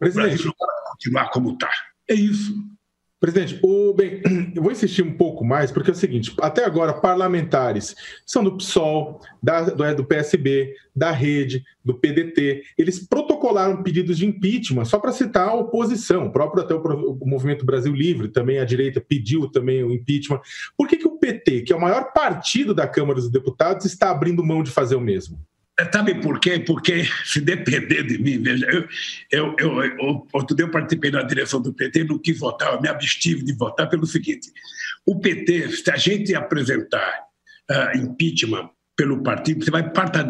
Presidente, o Brasil não pode continuar como está. É isso. Presidente, o, bem, eu vou insistir um pouco mais, porque é o seguinte, até agora parlamentares são do P SOL, da, do, do P S B, da Rede, do P D T, eles protocolaram pedidos de impeachment, só para citar a oposição, o próprio até o, o Movimento Brasil Livre, também a direita pediu também o impeachment. Por que, que o P T, que é o maior partido da Câmara dos Deputados, está abrindo mão de fazer o mesmo? Sabe por quê? Porque se depender de mim, veja, eu, eu, eu, eu, outro dia eu participei da direção do P T, não quis votar, eu me abstive de votar pelo seguinte, o P T, se a gente apresentar uh, impeachment pelo partido, você vai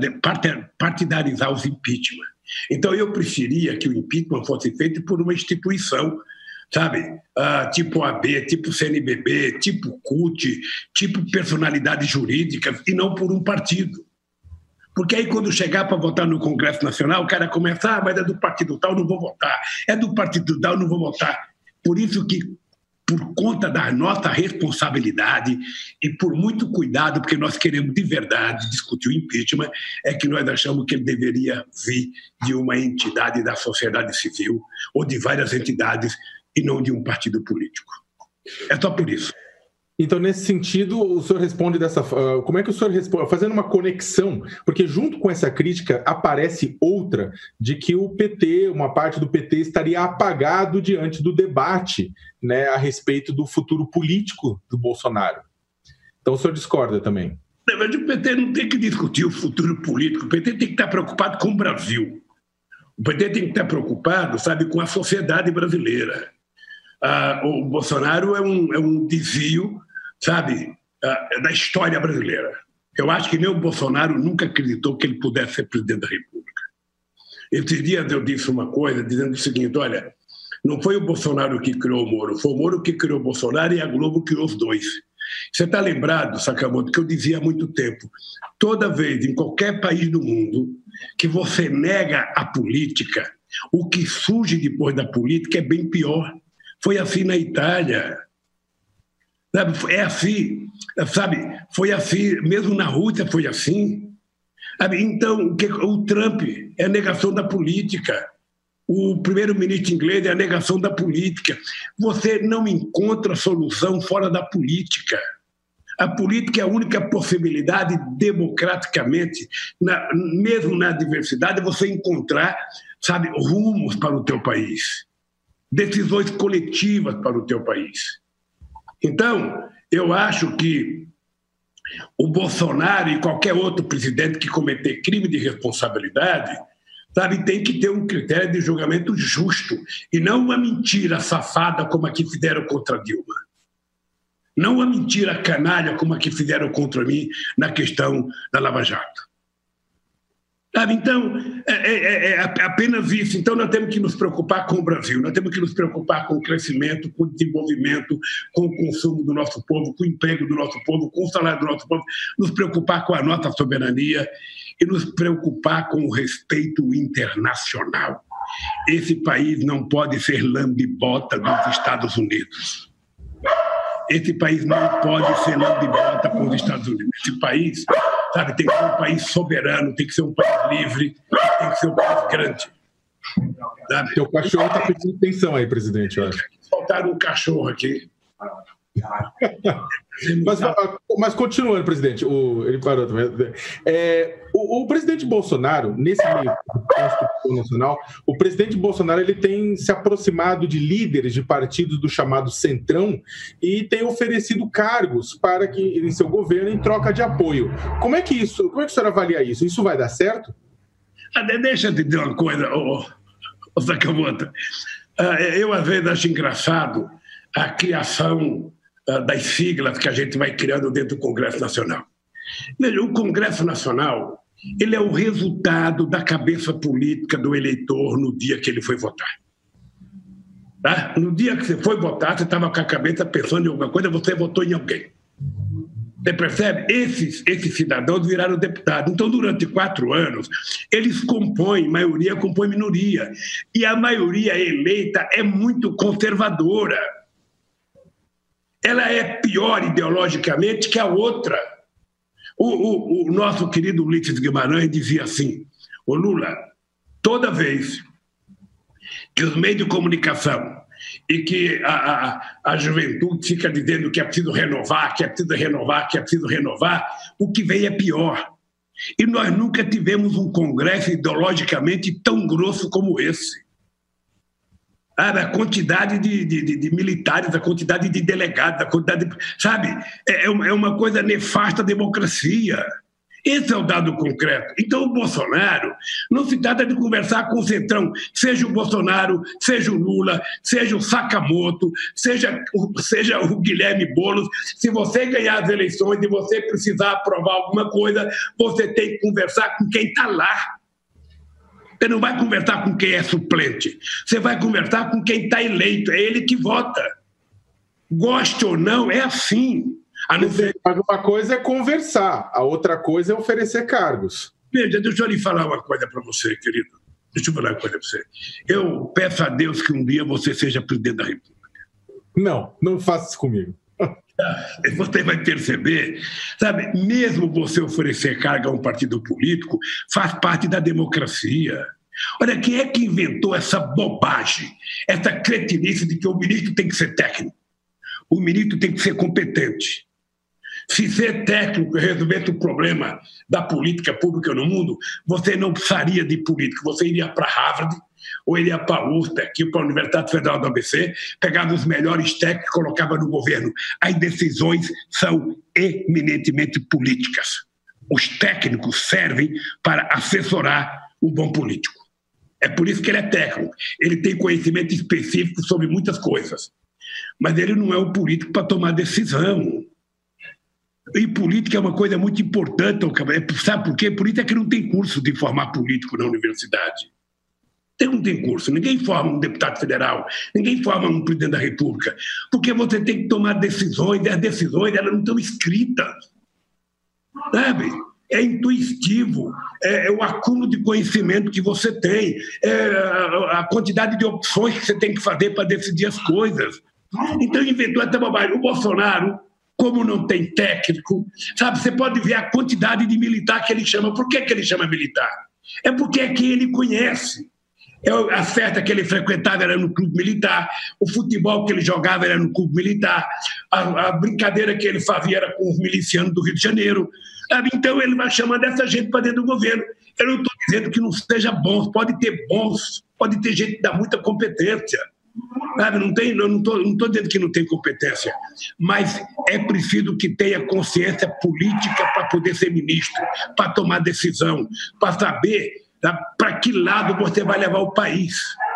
partidarizar os impeachment. Então eu preferia que o impeachment fosse feito por uma instituição, sabe, uh, tipo A B, tipo C N B B, tipo C U T, tipo personalidades jurídicas, e não por um partido. Porque aí quando chegar para votar no Congresso Nacional, o cara começa, ah, mas é do partido tal, não vou votar. É do partido tal, não vou votar. Por isso que, por conta da nossa responsabilidade e por muito cuidado, porque nós queremos de verdade discutir o impeachment, é que nós achamos que ele deveria vir de uma entidade da sociedade civil ou de várias entidades e não de um partido político. É só por isso. Então, nesse sentido, o senhor responde dessa forma. Como é que o senhor responde? Fazendo uma conexão, porque junto com essa crítica aparece outra de que o P T, uma parte do P T, estaria apagado diante do debate, né, a respeito do futuro político do Bolsonaro. Então, o senhor discorda também? Mas o P T não tem que discutir o futuro político, o P T tem que estar preocupado com o Brasil. O P T tem que estar preocupado, sabe, com a sociedade brasileira. Ah, o Bolsonaro é um, é um desvio, sabe, uh, da história brasileira. Eu acho que nem o Bolsonaro nunca acreditou que ele pudesse ser presidente da República. Esses dias eu disse uma coisa dizendo o seguinte, olha, não foi o Bolsonaro que criou o Moro, foi o Moro que criou o Bolsonaro e a Globo criou os dois. Você está lembrado, Sakamoto, que eu dizia há muito tempo, toda vez, em qualquer país do mundo, que você nega a política, o que surge depois da política é bem pior. Foi assim na Itália. É assim, sabe? Foi assim, mesmo na Rússia foi assim. Então, o Trump é a negação da política. O primeiro-ministro inglês é a negação da política. Você não encontra solução fora da política. A política é a única possibilidade, democraticamente, na, mesmo na diversidade, você encontrar, sabe, rumos para o teu país, decisões coletivas para o teu país. Então, eu acho que o Bolsonaro e qualquer outro presidente que cometer crime de responsabilidade, sabe, tem que ter um critério de julgamento justo e não uma mentira safada como a que fizeram contra Dilma. Não uma mentira canalha como a que fizeram contra mim na questão da Lava Jato. Sabe? Então, é, é, é apenas isso. Então, nós temos que nos preocupar com o Brasil, nós temos que nos preocupar com o crescimento, com o desenvolvimento, com o consumo do nosso povo, com o emprego do nosso povo, com o salário do nosso povo, nos preocupar com a nossa soberania e nos preocupar com o respeito internacional. Esse país não pode ser lambe-bota dos Estados Unidos. Esse país não pode ser lambe-bota com os Estados Unidos. Esse país, sabe, tem que ser um país soberano, tem que ser um país livre, tem que ser um país grande. Sabe? Seu cachorro está pedindo atenção aí, presidente, eu acho. Faltaram um cachorro aqui. mas, mas continuando, presidente, o, ele parou também. É, o, o presidente Bolsonaro, nesse meio Constituição Nacional, o presidente Bolsonaro ele tem se aproximado de líderes de partidos do chamado Centrão e tem oferecido cargos para que em seu governo em troca de apoio. Como é que isso? Como é que o senhor avalia isso? Isso vai dar certo? Ah, deixa eu te dizer uma coisa, oh, oh, Sakamoto. Ah, eu às vezes acho engraçado a criação das siglas que a gente vai criando dentro do Congresso Nacional. Veja, o Congresso Nacional ele é o resultado da cabeça política do eleitor no dia que ele foi votar. Tá? No dia que você foi votar, você estava com a cabeça pensando em alguma coisa, você votou em alguém. Você percebe? Esses, esses cidadãos viraram deputados. Então, durante quatro anos, eles compõem, maioria compõe minoria. E a maioria eleita é muito conservadora. Ela é pior ideologicamente que a outra. O, o, o nosso querido Ulisses Guimarães dizia assim, ô Lula, toda vez que e os meios de comunicação, e que a, a, a juventude fica dizendo que é preciso renovar, que é preciso renovar, que é preciso renovar, o que vem é pior. E nós nunca tivemos um congresso ideologicamente tão grosso como esse. A quantidade de, de, de militares, a quantidade de delegados, a quantidade de, sabe, é, é uma coisa nefasta à democracia. Esse é o dado concreto. Então, o Bolsonaro, não se trata de conversar com o Centrão, seja o Bolsonaro, seja o Lula, seja o Sakamoto, seja, seja o Guilherme Boulos. Se você ganhar as eleições e você precisar aprovar alguma coisa, você tem que conversar com quem está lá. Você não vai conversar com quem é suplente, você vai conversar com quem está eleito, é ele que vota. Goste ou não, é assim. A não ser... Mas uma coisa é conversar, a outra coisa é oferecer cargos. Veja, deixa eu lhe falar uma coisa para você, querido. Deixa eu falar uma coisa para você. Eu peço a Deus que um dia você seja presidente da República. Não, não faça isso comigo. Você vai perceber, sabe, mesmo você oferecer carga a um partido político, faz parte da democracia. Olha, quem é que inventou essa bobagem, essa cretinice de que o ministro tem que ser técnico? O ministro tem que ser competente. Se ser técnico resolvesse o problema da política pública no mundo, você não precisaria de político, você iria para Harvard ou iria para a U S P, aqui para a Universidade Federal do A B C, pegava os melhores técnicos e colocava no governo. As decisões são eminentemente políticas. Os técnicos servem para assessorar o bom político. É por isso que ele é técnico. Ele tem conhecimento específico sobre muitas coisas. Mas ele não é o político para tomar decisão. E política é uma coisa muito importante, sabe por quê? Política é que não tem curso de formar político na universidade. Não tem curso, ninguém forma um deputado federal, ninguém forma um presidente da República, porque você tem que tomar decisões, e as decisões elas não estão escritas, sabe? É intuitivo, é, é o acúmulo de conhecimento que você tem, é a, a quantidade de opções que você tem que fazer para decidir as coisas. Então inventou essa bobagem. O Bolsonaro, como não tem técnico, sabe, você pode ver a quantidade de militar que ele chama. Por que, que ele chama militar? É porque é quem ele conhece. A festa que ele frequentava era no clube militar, o futebol que ele jogava era no clube militar, a, a brincadeira que ele fazia era com os milicianos do Rio de Janeiro. Então ele vai chamando essa gente para dentro do governo. Eu não estou dizendo que não seja bom, pode ter bons, pode ter gente que dá muita competência. Sabe? Não tem, eu não estou não estou dizendo que não tem competência, mas é preciso que tenha consciência política para poder ser ministro, para tomar decisão, para saber para que lado você vai levar o país.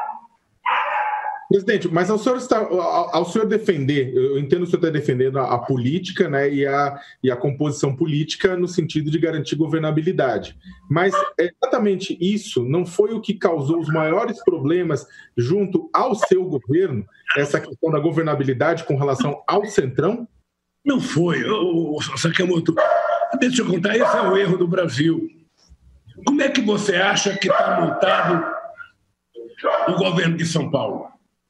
Presidente, mas ao senhor, está, ao, ao senhor defender, eu entendo que o senhor está defendendo a, a política, né, e, a, e a composição política no sentido de garantir governabilidade. Mas exatamente isso não foi o que causou os maiores problemas junto ao seu governo, essa questão da governabilidade com relação ao Centrão? Não foi. O, o Sakamoto, deixa eu contar, esse é o erro do Brasil. Como é que você acha que está montado o governo de São Paulo?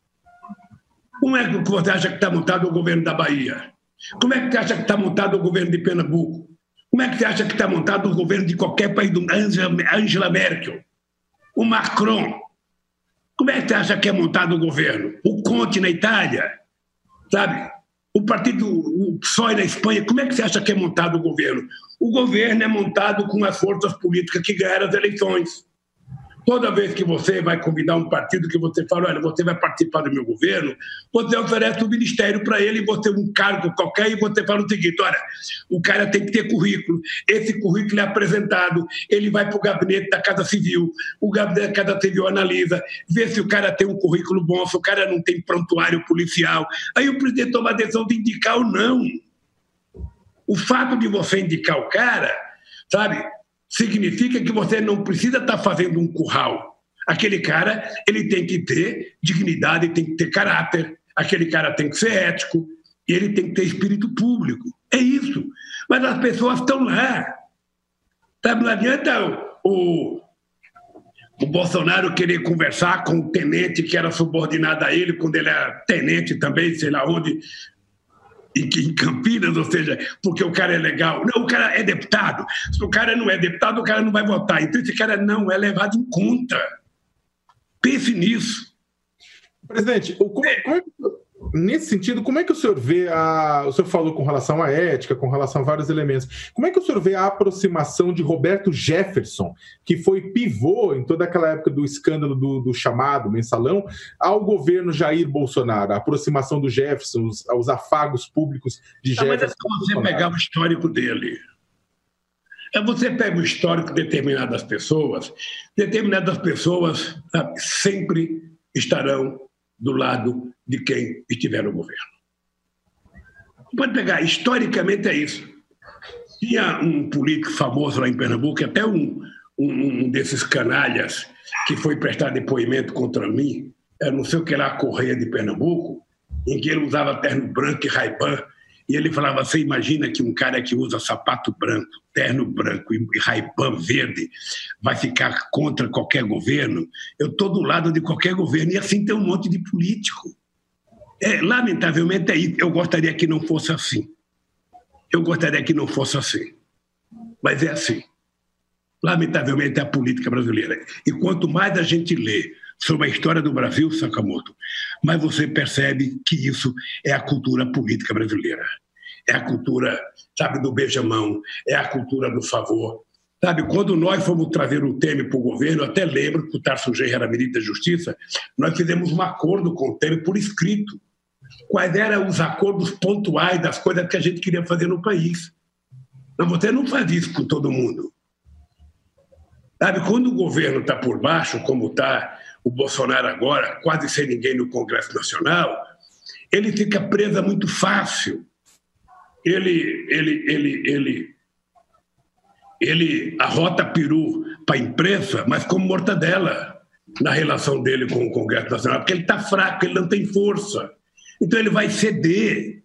Como é que você acha que está montado o governo da Bahia? Como é que você acha que está montado o governo de Pernambuco? Como é que você acha que está montado o governo de qualquer país do Angela Merkel? O Macron? Como é que você acha que é montado o governo? O Conte na Itália? Sabe? O partido o P S O E na Espanha, como é que você acha que é montado o governo? O governo é montado com as forças políticas que ganharam as eleições. Toda vez que você vai convidar um partido que você fala, olha, você vai participar do meu governo, você oferece um ministério para ele, você um cargo qualquer, e você fala o seguinte, olha, o cara tem que ter currículo, esse currículo é apresentado, ele vai para o gabinete da Casa Civil, o gabinete da Casa Civil analisa, vê se o cara tem um currículo bom, se o cara não tem prontuário policial, aí o presidente toma a decisão de indicar ou não. O fato de você indicar o cara, sabe, significa que você não precisa estar fazendo um curral. Aquele cara, ele tem que ter dignidade, tem que ter caráter, aquele cara tem que ser ético e ele tem que ter espírito público. É isso. Mas as pessoas estão lá. Sabe, não adianta o, o Bolsonaro querer conversar com o tenente que era subordinado a ele, quando ele era tenente também, sei lá onde, em Campinas, ou seja, porque o cara é legal. Não, o cara é deputado. Se o cara não é deputado, o cara não vai votar. Então esse cara não é levado em conta. Pense nisso. Presidente, como, como é, nesse sentido, como é que o senhor vê a... O senhor falou com relação à ética, com relação a vários elementos. Como é que o senhor vê a aproximação de Roberto Jefferson, que foi pivô em toda aquela época do escândalo do, do chamado mensalão, ao governo Jair Bolsonaro? A aproximação do Jefferson, os, os afagos públicos de Jefferson. Não, mas é só você pegar o histórico dele. É você pega o histórico de determinadas pessoas, determinadas pessoas, sabe, sempre estarão do lado de quem estiver no governo. Pode pegar, historicamente é isso. Tinha um político famoso lá em Pernambuco, até um, um, um desses canalhas que foi prestar depoimento contra mim, não sei o que lá, Correia de Pernambuco, em que ele usava terno branco e Ray-Ban, e ele falava, você imagina que um cara que usa sapato branco, terno branco e Ray-Ban verde vai ficar contra qualquer governo? Eu estou do lado de qualquer governo, e assim tem um monte de político. É, lamentavelmente é isso. Eu gostaria que não fosse assim. Eu gostaria que não fosse assim. Mas é assim. Lamentavelmente é a política brasileira. E quanto mais a gente lê sobre a história do Brasil, Sakamoto, mas você percebe que isso é a cultura política brasileira. É a cultura, sabe, do beijamão, é a cultura do favor. Sabe, quando nós fomos trazer o Temer para o governo, eu até lembro que o Tarso Genro era ministro da Justiça, nós fizemos um acordo com o Temer por escrito. Quais eram os acordos pontuais das coisas que a gente queria fazer no país. Mas você não faz isso com todo mundo. Sabe, quando o governo está por baixo, como está o Bolsonaro agora, quase sem ninguém no Congresso Nacional, ele fica preso muito fácil. Ele, ele, ele, ele, ele arrota peru para a imprensa, mas como mortadela na relação dele com o Congresso Nacional, porque ele está fraco, ele não tem força. Então ele vai ceder.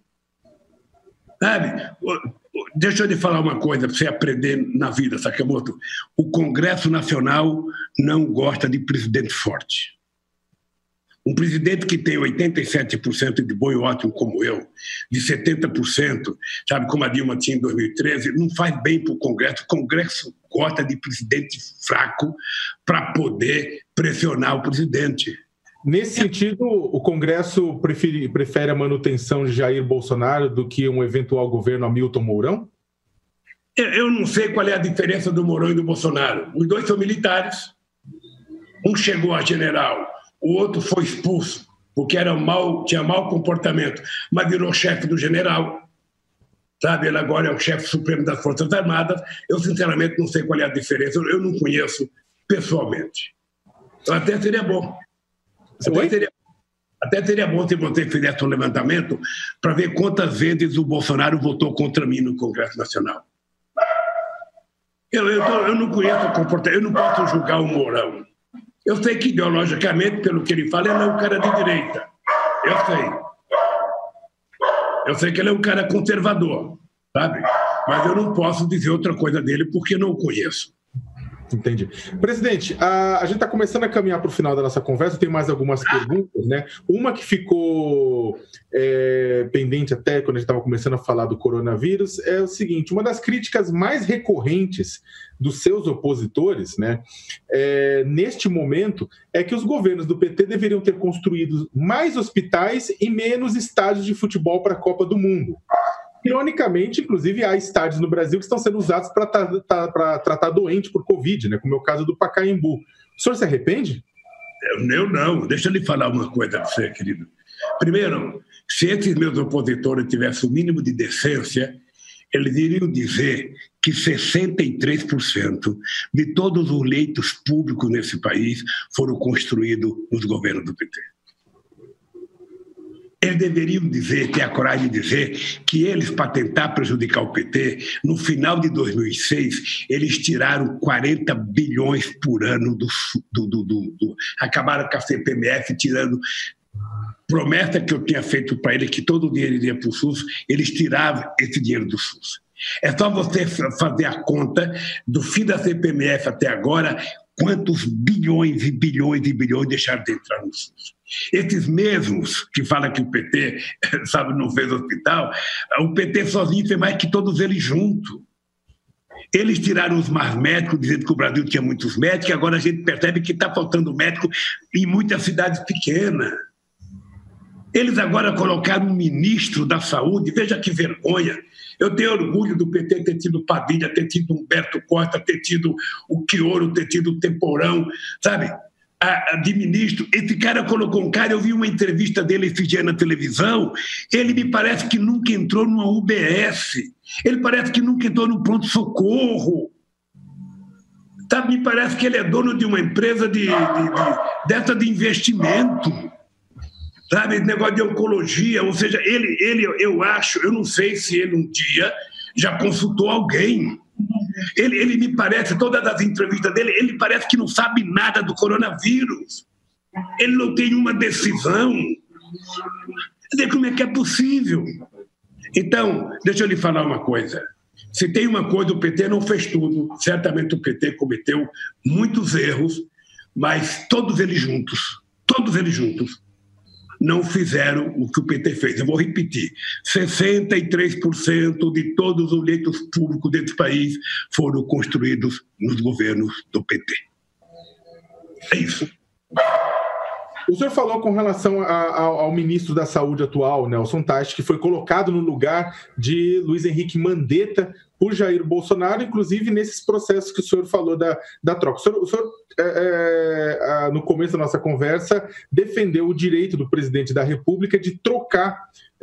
Sabe? Deixa eu lhe falar uma coisa para você aprender na vida, Sakamoto. O Congresso Nacional não gosta de presidente forte. Um presidente que tem oitenta e sete por cento de bom e ótimo como eu, de setenta por cento, sabe, como a Dilma tinha em dois mil e treze, não faz bem para o Congresso. O Congresso gosta de presidente fraco para poder pressionar o presidente. Nesse sentido, o Congresso prefere, prefere a manutenção de Jair Bolsonaro do que um eventual governo Hamilton Mourão? Eu não sei qual é a diferença do Mourão e do Bolsonaro. Os dois são militares. Um chegou a general, o outro foi expulso porque era mal, tinha mau comportamento, mas virou chefe do general. Sabe, ele agora é o chefe supremo das Forças Armadas. Eu, sinceramente, não sei qual é a diferença. Eu não conheço pessoalmente. Então, até seria bom. Até seria, até seria bom se você fizesse um levantamento para ver quantas vezes o Bolsonaro votou contra mim no Congresso Nacional. Eu, eu, eu não conheço o comportamento, eu não posso julgar o Mourão. Eu sei que ideologicamente, pelo que ele fala, ele é um cara de direita. Eu sei. Eu sei que ele é um cara conservador, sabe? Mas eu não posso dizer outra coisa dele porque não o conheço. Entendi. Presidente, a, a gente está começando a caminhar para o final da nossa conversa, tem mais algumas perguntas, né? Uma que ficou é, pendente até quando a gente estava começando a falar do coronavírus é o seguinte: uma das críticas mais recorrentes dos seus opositores, né, é, neste momento, é que os governos do P T deveriam ter construído mais hospitais e menos estádios de futebol para a Copa do Mundo. Ironicamente, inclusive, há estádios no Brasil que estão sendo usados para tra- tratar doente por Covid, né? Como é o caso do Pacaembu. O senhor se arrepende? Eu, eu não. Deixa eu lhe falar uma coisa para você, querido. Primeiro, se esses meus opositores tivessem o mínimo de decência, eles iriam dizer que sessenta e três por cento de todos os leitos públicos nesse país foram construídos nos governos do P T. Eles deveriam dizer, ter a coragem de dizer, que eles, para tentar prejudicar o P T, no final de dois mil e seis, eles tiraram quarenta bilhões por ano do... do, do, do, do acabaram com a C P M F, tirando promessa que eu tinha feito para eles, que todo o dinheiro iria para o SUS, eles tiravam esse dinheiro do SUS. É só você fazer a conta do fim da C P M F até agora, quantos bilhões e bilhões e bilhões deixaram de entrar no SUS. Esses mesmos que falam que o P T, sabe, não fez hospital, o P T sozinho fez mais que todos eles juntos. Eles tiraram os mais médicos, dizendo que o Brasil tinha muitos médicos, e agora a gente percebe que está faltando médico em muitas cidades pequenas. Eles agora colocaram um ministro da Saúde, veja que vergonha. Eu tenho orgulho do P T ter tido Padilha, ter tido Humberto Costa, ter tido o Quioro, ter tido o Temporão, sabe? A, a, de ministro. Esse cara colocou um cara, eu vi uma entrevista dele esse dia na televisão, ele me parece que nunca entrou numa U B S, ele parece que nunca entrou no pronto-socorro. Tá, me parece que ele é dono de uma empresa de, de, de, dessa de investimento, sabe, negócio de oncologia, ou seja, ele, ele, eu acho, eu não sei se ele um dia já consultou alguém. Ele, ele me parece, todas as entrevistas dele, ele parece que não sabe nada do coronavírus. Ele não tem uma decisão. Quer dizer, como é que é possível? Então, deixa eu lhe falar uma coisa. Se tem uma coisa, o P T não fez tudo. Certamente o P T cometeu muitos erros, mas todos eles juntos, todos eles juntos, não fizeram o que o P T fez. Eu vou repetir, sessenta e três por cento de todos os leitos públicos desse país foram construídos nos governos do P T. É isso. O senhor falou com relação a, a, ao ministro da Saúde atual, Nelson Teich, que foi colocado no lugar de Luiz Henrique Mandetta por Jair Bolsonaro, inclusive nesses processos que o senhor falou da, da troca. O senhor, o senhor é, é, no começo da nossa conversa, defendeu o direito do presidente da República de trocar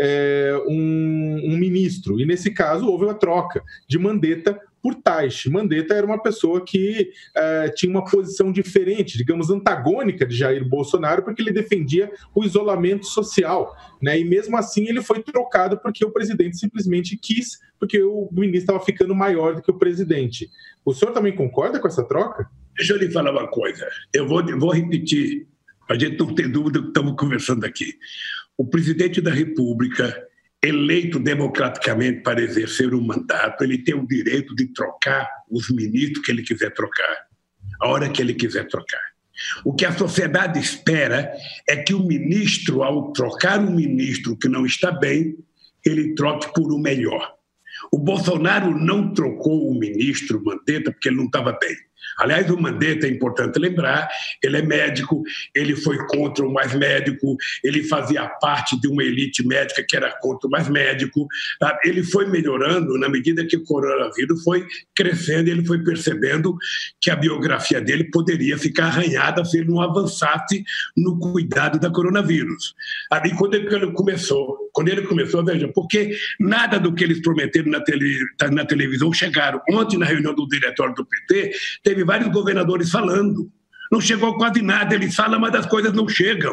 é, um, um ministro, e nesse caso houve uma troca de Mandetta por Teich. Mandetta era uma pessoa que uh, tinha uma posição diferente, digamos, antagônica de Jair Bolsonaro, porque ele defendia o isolamento social, né? E mesmo assim ele foi trocado porque o presidente simplesmente quis, porque o ministro estava ficando maior do que o presidente. O senhor também concorda com essa troca? Deixa eu lhe falar uma coisa. Eu vou, vou repetir, para a gente não ter dúvida do que estamos conversando aqui. O presidente da República, eleito democraticamente para exercer um mandato, ele tem o direito de trocar os ministros que ele quiser trocar, a hora que ele quiser trocar. O que a sociedade espera é que o ministro, ao trocar um ministro que não está bem, ele troque por um melhor. O Bolsonaro não trocou o ministro Mandetta porque ele não estava bem. Aliás, o Mandetta, é importante lembrar, ele é médico, ele foi contra o mais médico, ele fazia parte de uma elite médica que era contra o mais médico. Ele foi melhorando na medida que o coronavírus foi crescendo, ele foi percebendo que a biografia dele poderia ficar arranhada se ele não avançasse no cuidado da coronavírus. Aí, quando ele começou, quando ele começou, veja, porque nada do que eles prometeram na, tele, na televisão chegaram. Ontem, na reunião do diretório do P T, teve vários governadores falando. Não chegou quase nada, eles falam, mas as coisas não chegam.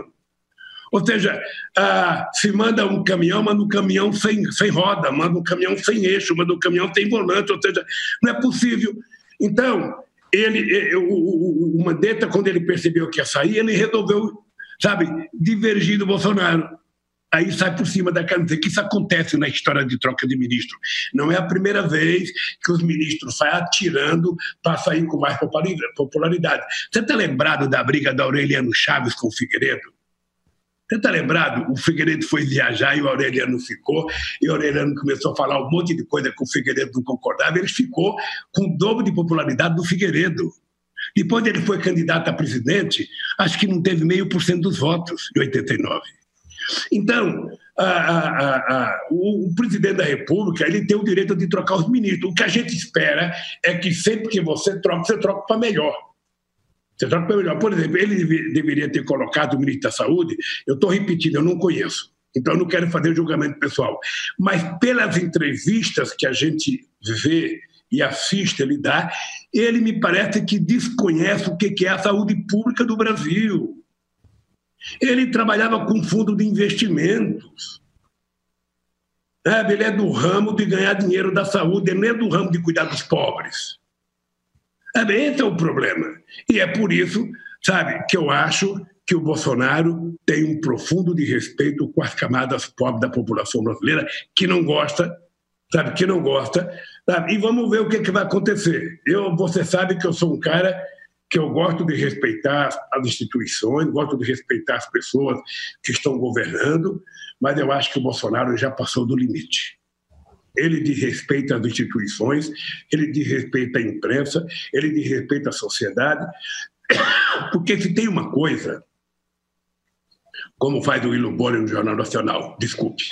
Ou seja, ah, se manda um caminhão, manda um caminhão sem, sem roda, manda um caminhão sem eixo, manda um caminhão sem volante, ou seja, não é possível. Então, ele, o, o, o Mandetta, quando ele percebeu que ia sair, ele resolveu, sabe, divergir do Bolsonaro. Aí sai por cima da caneta, que isso acontece na história de troca de ministro. Não é a primeira vez que os ministros saem atirando para sair com mais popularidade. Você está lembrado da briga da Aureliano Chaves com o Figueiredo? Você está lembrado? O Figueiredo foi viajar e o Aureliano ficou, e o Aureliano começou a falar um monte de coisa que o Figueiredo não concordava, ele ficou com o dobro de popularidade do Figueiredo. Depois ele foi candidato a presidente, acho que não teve meio por cento dos votos, em oitenta e nove. Então, a, a, a, o, o presidente da República, ele tem o direito de trocar os ministros. O que a gente espera é que sempre que você troca, você troca para melhor. Você troca para melhor. Por exemplo, ele deve, deveria ter colocado o ministro da Saúde, eu estou repetindo, eu não conheço, então eu não quero fazer julgamento pessoal, mas pelas entrevistas que a gente vê e assiste, ele dá, ele me parece que desconhece o que é a saúde pública do Brasil. Ele trabalhava com fundo de investimentos. Ele é do ramo de ganhar dinheiro da saúde, ele não é do ramo de cuidar dos pobres. Esse é o problema. E é por isso, sabe, que eu acho que o Bolsonaro tem um profundo desrespeito com as camadas pobres da população brasileira, que não gosta, sabe, que não gosta. Sabe? E vamos ver o que, que vai acontecer. Eu, você sabe que eu sou um cara que eu gosto de respeitar as instituições, gosto de respeitar as pessoas que estão governando, mas eu acho que o Bolsonaro já passou do limite. Ele desrespeita as instituições, ele desrespeita a imprensa, ele desrespeita a sociedade, porque se tem uma coisa, como faz o William Bonner no Jornal Nacional, desculpe.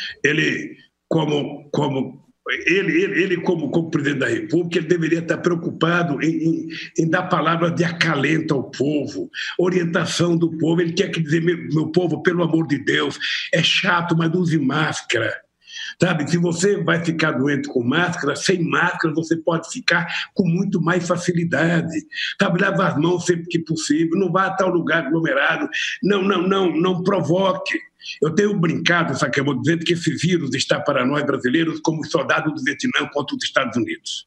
Ele, como, como, ele, ele, ele como, como presidente da República, ele deveria estar preocupado em, em, em dar palavras de acalento ao povo, orientação do povo. Ele tinha que dizer, meu, meu povo, pelo amor de Deus, é chato, mas use máscara. Sabe, se você vai ficar doente com máscara, sem máscara você pode ficar com muito mais facilidade. Sabe, lava as mãos sempre que possível, não vá a tal lugar aglomerado, não, não, não, não provoque. Eu tenho brincado, sabe, que eu vou dizer que esse vírus está para nós brasileiros como os soldados do Vietnã contra os Estados Unidos.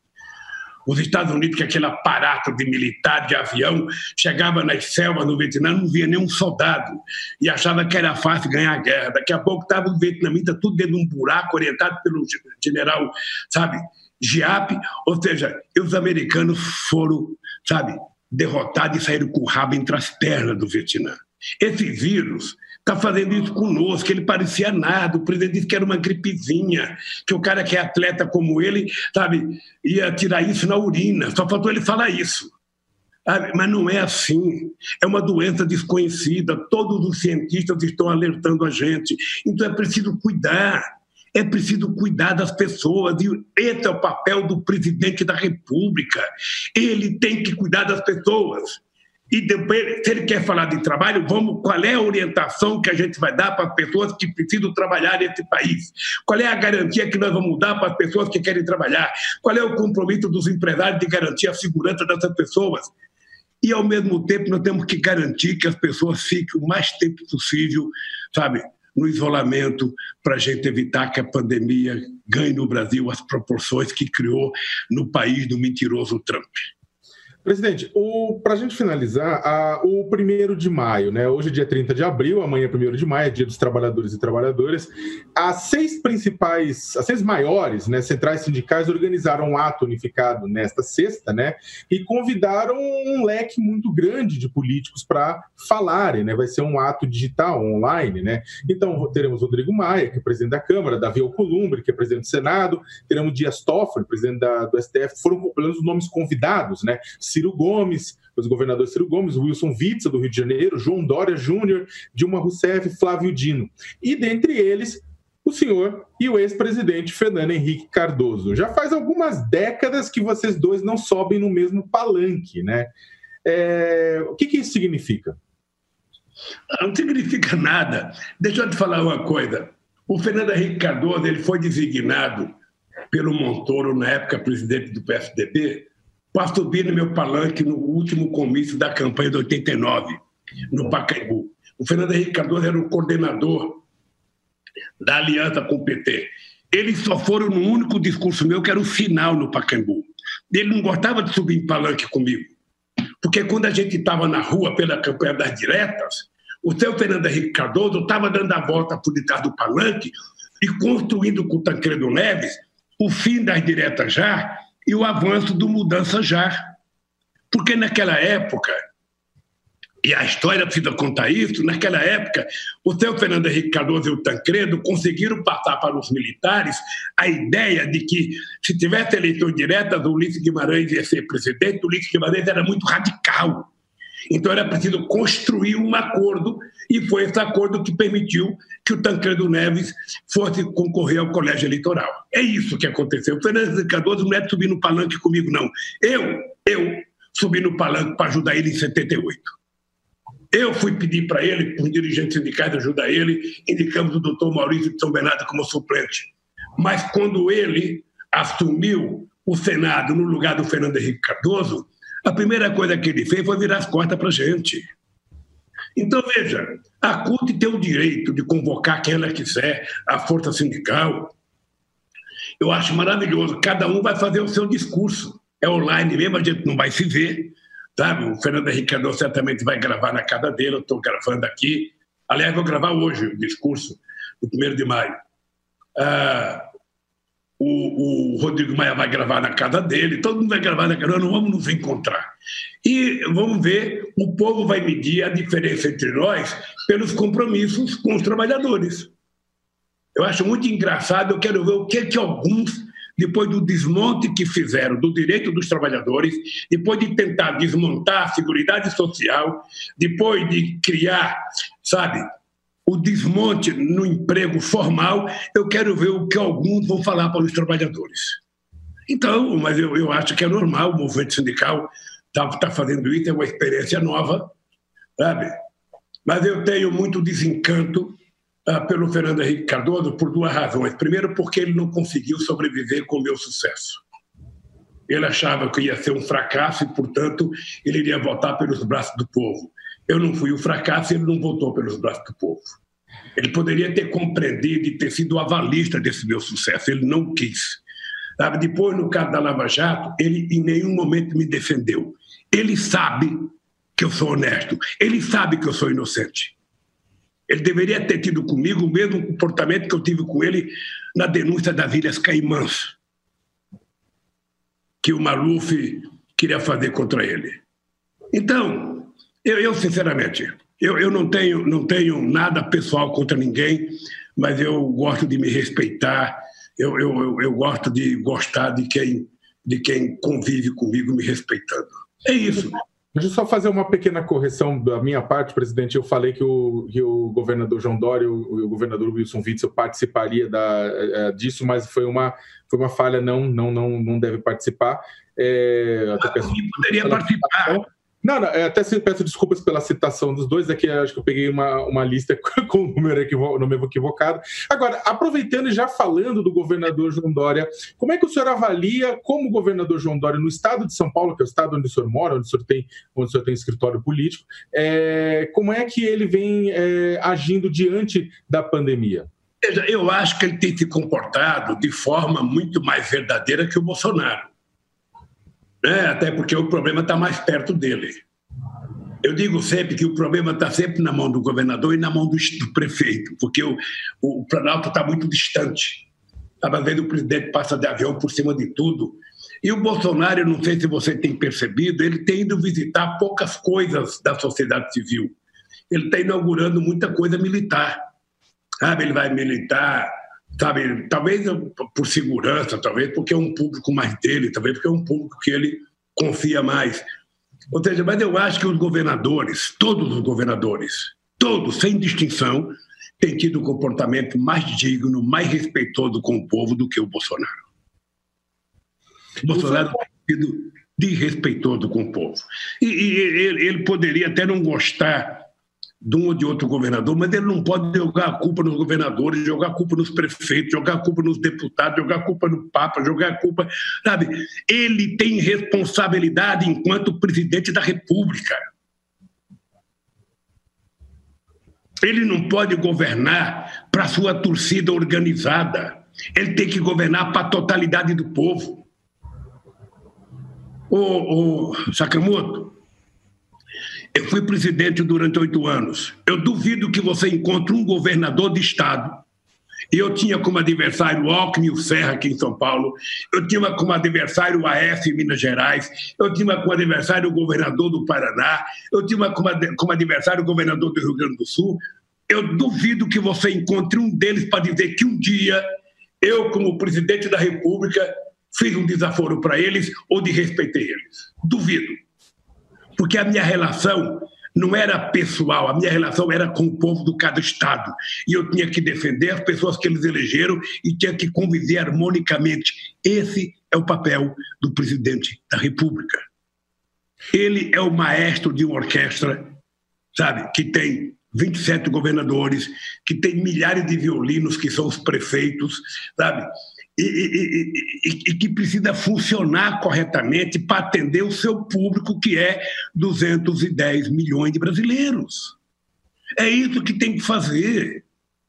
Os Estados Unidos, que é aquele aparato de militar, de avião, chegava nas selvas no Vietnã, não via nenhum soldado e achava que era fácil ganhar a guerra. Daqui a pouco estava o vietnamita tudo dentro de um buraco, orientado pelo general, sabe, Giap. Ou seja, os americanos foram, sabe, derrotados e saíram com o rabo entre as pernas do Vietnã. Esse vírus está fazendo isso conosco, ele parecia nada, o presidente disse que era uma gripezinha, que o cara que é atleta como ele, sabe, ia tirar isso na urina, só faltou ele falar isso. Sabe? Mas não é assim, é uma doença desconhecida, todos os cientistas estão alertando a gente, então é preciso cuidar, é preciso cuidar das pessoas, e esse é o papel do presidente da República, ele tem que cuidar das pessoas. E depois, se ele quer falar de trabalho, vamos, qual é a orientação que a gente vai dar para as pessoas que precisam trabalhar nesse país? Qual é a garantia que nós vamos dar para as pessoas que querem trabalhar? Qual é o compromisso dos empresários de garantir a segurança dessas pessoas? E, ao mesmo tempo, nós temos que garantir que as pessoas fiquem o mais tempo possível, sabe, no isolamento, para a gente evitar que a pandemia ganhe no Brasil as proporções que criou no país do mentiroso Trump. Presidente, para a gente finalizar, a, o primeiro de maio, né? Hoje é dia trinta de abril, amanhã é primeiro de maio, é dia dos trabalhadores e trabalhadoras. As seis principais, as seis maiores, né, centrais sindicais organizaram um ato unificado nesta sexta, né? E convidaram um leque muito grande de políticos para falarem, né? Vai ser um ato digital, online, né? Então, teremos Rodrigo Maia, que é presidente da Câmara, Davi Alcolumbre, que é presidente do Senado, teremos Dias Toffoli, presidente da, do S T F, foram pelo menos os nomes convidados, né? Ciro Gomes, os governadores Ciro Gomes, Wilson Witzel, do Rio de Janeiro, João Dória Júnior, Dilma Rousseff, Flávio Dino. E, dentre eles, o senhor e o ex-presidente Fernando Henrique Cardoso. Já faz algumas décadas que vocês dois não sobem no mesmo palanque, né? É... O que, que isso significa? Não significa nada. Deixa eu te falar uma coisa. O Fernando Henrique Cardoso ele foi designado pelo Montoro, na época presidente do P S D B, para subir no meu palanque no último comício da campanha de oitenta e nove, no Pacaembu. O Fernando Henrique Cardoso era o coordenador da aliança com o P T. Eles só foram no único discurso meu, que era o final no Pacaembu. Ele não gostava de subir em palanque comigo, porque quando a gente estava na rua pela campanha das diretas, o seu Fernando Henrique Cardoso estava dando a volta por detrás do palanque e construindo com o Tancredo Neves o fim das diretas já, e o avanço do Mudança Já. Porque naquela época, e a história precisa contar isso, naquela época, o seu Fernando Henrique Cardoso e o Tancredo conseguiram passar para os militares a ideia de que, se tivesse eleições diretas, o Ulisses Guimarães ia ser presidente. O Ulisses Guimarães era muito radical. Então era preciso construir um acordo, e foi esse acordo que permitiu que o Tancredo Neves fosse concorrer ao colégio eleitoral. É isso que aconteceu. O Fernando Henrique Cardoso não é subir no palanque comigo, não. Eu, eu subi no palanque para ajudar ele em setenta e oito. Eu fui pedir para ele, para um dirigente sindical ajudar ele, indicamos o doutor Maurício de São Bernardo como suplente. Mas quando ele assumiu o Senado no lugar do Fernando Henrique Cardoso, a primeira coisa que ele fez foi virar as costas para a gente. Então, veja, a C U T tem o direito de convocar quem ela quiser, a força sindical. Eu acho maravilhoso, cada um vai fazer o seu discurso. É online mesmo, a gente não vai se ver, sabe? O Fernando Henrique Cardoso certamente vai gravar na casa dele, eu estou gravando aqui. Aliás, vou gravar hoje o discurso do primeiro de maio. Ah, O, o Rodrigo Maia vai gravar na casa dele, todo mundo vai gravar na casa dele, não vamos nos encontrar. E vamos ver, o povo vai medir a diferença entre nós pelos compromissos com os trabalhadores. Eu acho muito engraçado, eu quero ver o que, que alguns, depois do desmonte que fizeram do direito dos trabalhadores, depois de tentar desmontar a Seguridade Social, depois de criar, sabe, o desmonte no emprego formal, eu quero ver o que alguns vão falar para os trabalhadores. Então, mas eu, eu acho que é normal, o movimento sindical está tá fazendo isso, é uma experiência nova, sabe? Mas eu tenho muito desencanto uh, pelo Fernando Henrique Cardoso por duas razões. Primeiro, porque ele não conseguiu sobreviver com o meu sucesso. Ele achava que ia ser um fracasso e, portanto, ele iria votar pelos braços do povo. Eu não fui o fracasso e ele não votou pelos braços do povo. Ele poderia ter compreendido e ter sido avalista desse meu sucesso. Ele não quis. Sabe? Depois, no caso da Lava Jato, ele em nenhum momento me defendeu. Ele sabe que eu sou honesto. Ele sabe que eu sou inocente. Ele deveria ter tido comigo o mesmo comportamento que eu tive com ele na denúncia das Ilhas Caimãs, que o Maluf queria fazer contra ele. Então, eu, eu sinceramente, eu, eu não, tenho, não tenho nada pessoal contra ninguém, mas eu gosto de me respeitar, eu, eu, eu, eu gosto de gostar de quem, de quem convive comigo me respeitando. É isso. Deixa eu só fazer uma pequena correção da minha parte, presidente. Eu falei que o, que o governador João Dória e o, o governador Wilson Witzel participaria da, disso, mas foi uma, foi uma falha, não, não, não, não deve participar. É, até peço, poderia participar. Não, não, até peço desculpas pela citação dos dois, é que acho que eu peguei uma, uma lista com o número, equivo, número equivocado. Agora, aproveitando e já falando do governador João Dória, como é que o senhor avalia como o governador João Dória no estado de São Paulo, que é o estado onde o senhor mora, onde o senhor tem, onde o senhor tem escritório político, é, como é que ele vem é, agindo diante da pandemia? Veja, eu acho que ele tem se comportado de forma muito mais verdadeira que o Bolsonaro. É, até porque o problema está mais perto dele. Eu digo sempre que o problema está sempre na mão do governador e na mão do, do prefeito, porque o, o Planalto está muito distante. Às vezes o presidente passa de avião por cima de tudo. E o Bolsonaro, eu não sei se você tem percebido, ele tem ido visitar poucas coisas da sociedade civil. Ele está inaugurando muita coisa militar. Sabe, ele vai militar... Sabe, talvez por segurança, talvez porque é um público mais dele, talvez porque é um público que ele confia mais. Ou seja, mas eu acho que os governadores, todos os governadores, todos, sem distinção, têm tido um comportamento mais digno, mais respeitoso com o povo do que o Bolsonaro. O Bolsonaro tem sido desrespeitoso com o povo. E, e ele, ele poderia até não gostar de um ou de outro governador, mas ele não pode jogar a culpa nos governadores, jogar a culpa nos prefeitos, jogar a culpa nos deputados, jogar a culpa no Papa, jogar a culpa... Sabe? Ele tem responsabilidade enquanto presidente da República. Ele não pode governar para a sua torcida organizada. Ele tem que governar para a totalidade do povo. Ô, ô Sakamoto, eu fui presidente durante oito anos. Eu duvido que você encontre um governador de estado. E eu tinha como adversário o Alckmin e o Serra aqui em São Paulo. Eu tinha como adversário o A F em Minas Gerais. Eu tinha como adversário o governador do Paraná. Eu tinha como, ad- como adversário o governador do Rio Grande do Sul. Eu duvido que você encontre um deles para dizer que um dia eu, como presidente da República, fiz um desaforo para eles ou desrespeitei eles. Duvido. Porque a minha relação não era pessoal, a minha relação era com o povo do cada estado. E eu tinha que defender as pessoas que eles elegeram e tinha que conviver harmonicamente. Esse é o papel do presidente da República. Ele é o maestro de uma orquestra, sabe, que tem vinte e sete governadores, que tem milhares de violinos, que são os prefeitos, sabe? E, e, e, e que precisa funcionar corretamente para atender o seu público, que é duzentos e dez milhões de brasileiros. É isso que tem que fazer.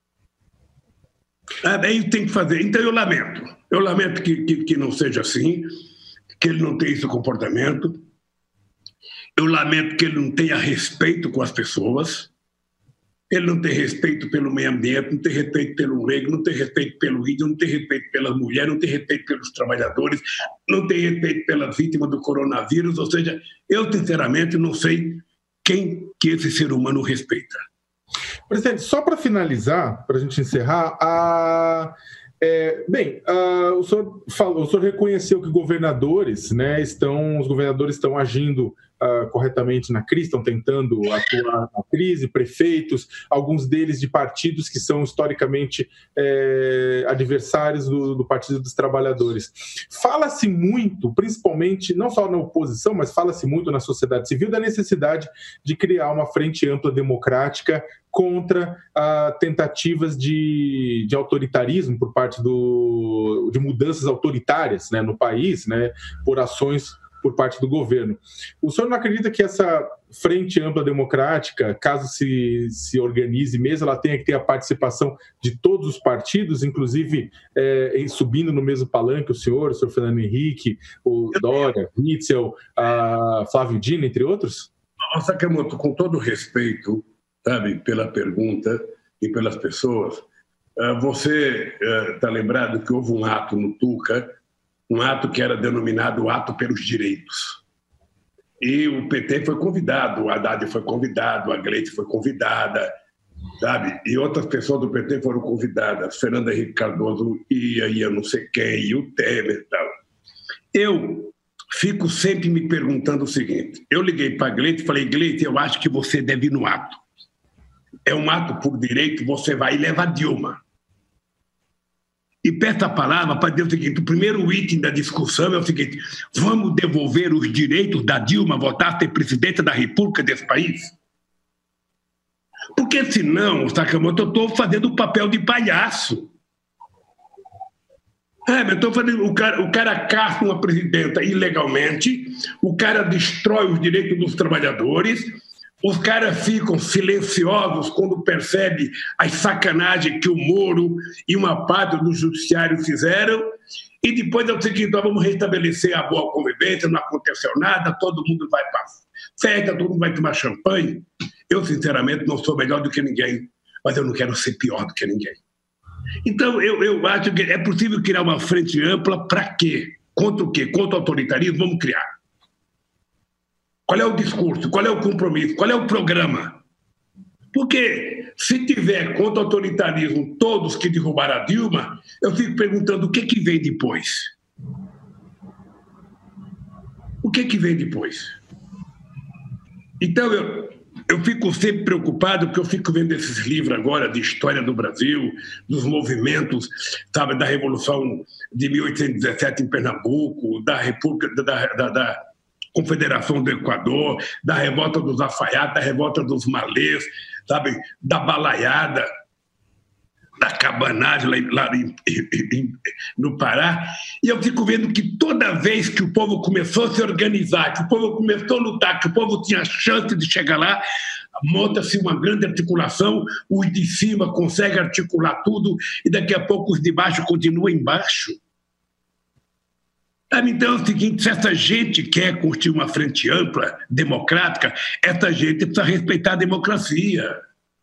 É isso que tem que fazer. Então eu lamento. Eu lamento que, que, que não seja assim, que ele não tenha esse comportamento. Eu lamento que ele não tenha respeito com as pessoas. Ele não tem respeito pelo meio ambiente, não tem respeito pelo negro, não tem respeito pelo índio, não tem respeito pelas mulheres, não tem respeito pelos trabalhadores, não tem respeito pelas vítimas do coronavírus. Ou seja, eu sinceramente não sei quem que esse ser humano respeita. Presidente, só para finalizar, para a gente encerrar, a... É, bem, uh, o, senhor falou, o senhor reconheceu que governadores, né, estão, os governadores estão agindo uh, corretamente na crise, estão tentando atuar na crise, prefeitos, alguns deles de partidos que são historicamente é, adversários do, do Partido dos Trabalhadores. Fala-se muito, principalmente, não só na oposição, mas fala-se muito na sociedade civil da necessidade de criar uma frente ampla democrática contra ah, tentativas de, de autoritarismo por parte do, de mudanças autoritárias, né, no país, né, por ações por parte do governo. O senhor não acredita que essa frente ampla democrática, caso se, se organize mesmo, ela tenha que ter a participação de todos os partidos, inclusive é, subindo no mesmo palanque o senhor, o senhor Fernando Henrique, o Dória, Witzel, a Flávio Dino, entre outros? Sakamoto, com todo respeito, sabe, pela pergunta e pelas pessoas, você está lembrado que houve um ato no Tuca, um ato que era denominado Ato pelos Direitos. E o P T foi convidado, o Haddad foi convidado, a Gleisi foi convidada, sabe? E outras pessoas do P T foram convidadas, Fernando Henrique Cardoso ia, ia não sei quem, e o Temer e tal. Eu fico sempre me perguntando o seguinte, eu liguei para a Gleisi e falei, Gleisi, eu acho que você deve ir no ato. É um ato por direito, você vai e leva a Dilma. E peço a palavra para dizer o seguinte, o primeiro item da discussão é o seguinte, vamos devolver os direitos da Dilma votar a ser presidente da República desse país? Porque senão, Sakamoto, eu estou fazendo o papel de palhaço. É, eu estou fazendo, o cara, o cara caça uma presidenta ilegalmente, o cara destrói os direitos dos trabalhadores, os caras ficam silenciosos quando percebem as sacanagens que o Moro e uma parte do judiciário fizeram, e depois é o seguinte, nós vamos restabelecer a boa convivência, não aconteceu nada, todo mundo vai para festa, todo mundo vai tomar champanhe. Eu, sinceramente, não sou melhor do que ninguém, mas eu não quero ser pior do que ninguém. Então, eu, eu acho que é possível criar uma frente ampla para quê? Contra o quê? Contra o autoritarismo? Vamos criar. Qual é o discurso? Qual é o compromisso? Qual é o programa? Porque se tiver contra o autoritarismo todos que derrubaram a Dilma, eu fico perguntando o que, que vem depois? O que, que vem depois? Então, eu, eu fico sempre preocupado porque eu fico vendo esses livros agora de história do Brasil, dos movimentos, sabe, da Revolução de mil oitocentos e dezessete em Pernambuco, da República... da, da, da Confederação do Equador, da revolta dos alfaiates, da revolta dos malês, sabe, da balaiada, da cabanagem lá, lá em, em, no Pará. E eu fico vendo que toda vez que o povo começou a se organizar, que o povo começou a lutar, que o povo tinha chance de chegar lá, monta-se uma grande articulação, os de cima conseguem articular tudo e daqui a pouco os de baixo continuam embaixo. Então é o seguinte, se essa gente quer construir uma frente ampla, democrática, essa gente precisa respeitar a democracia.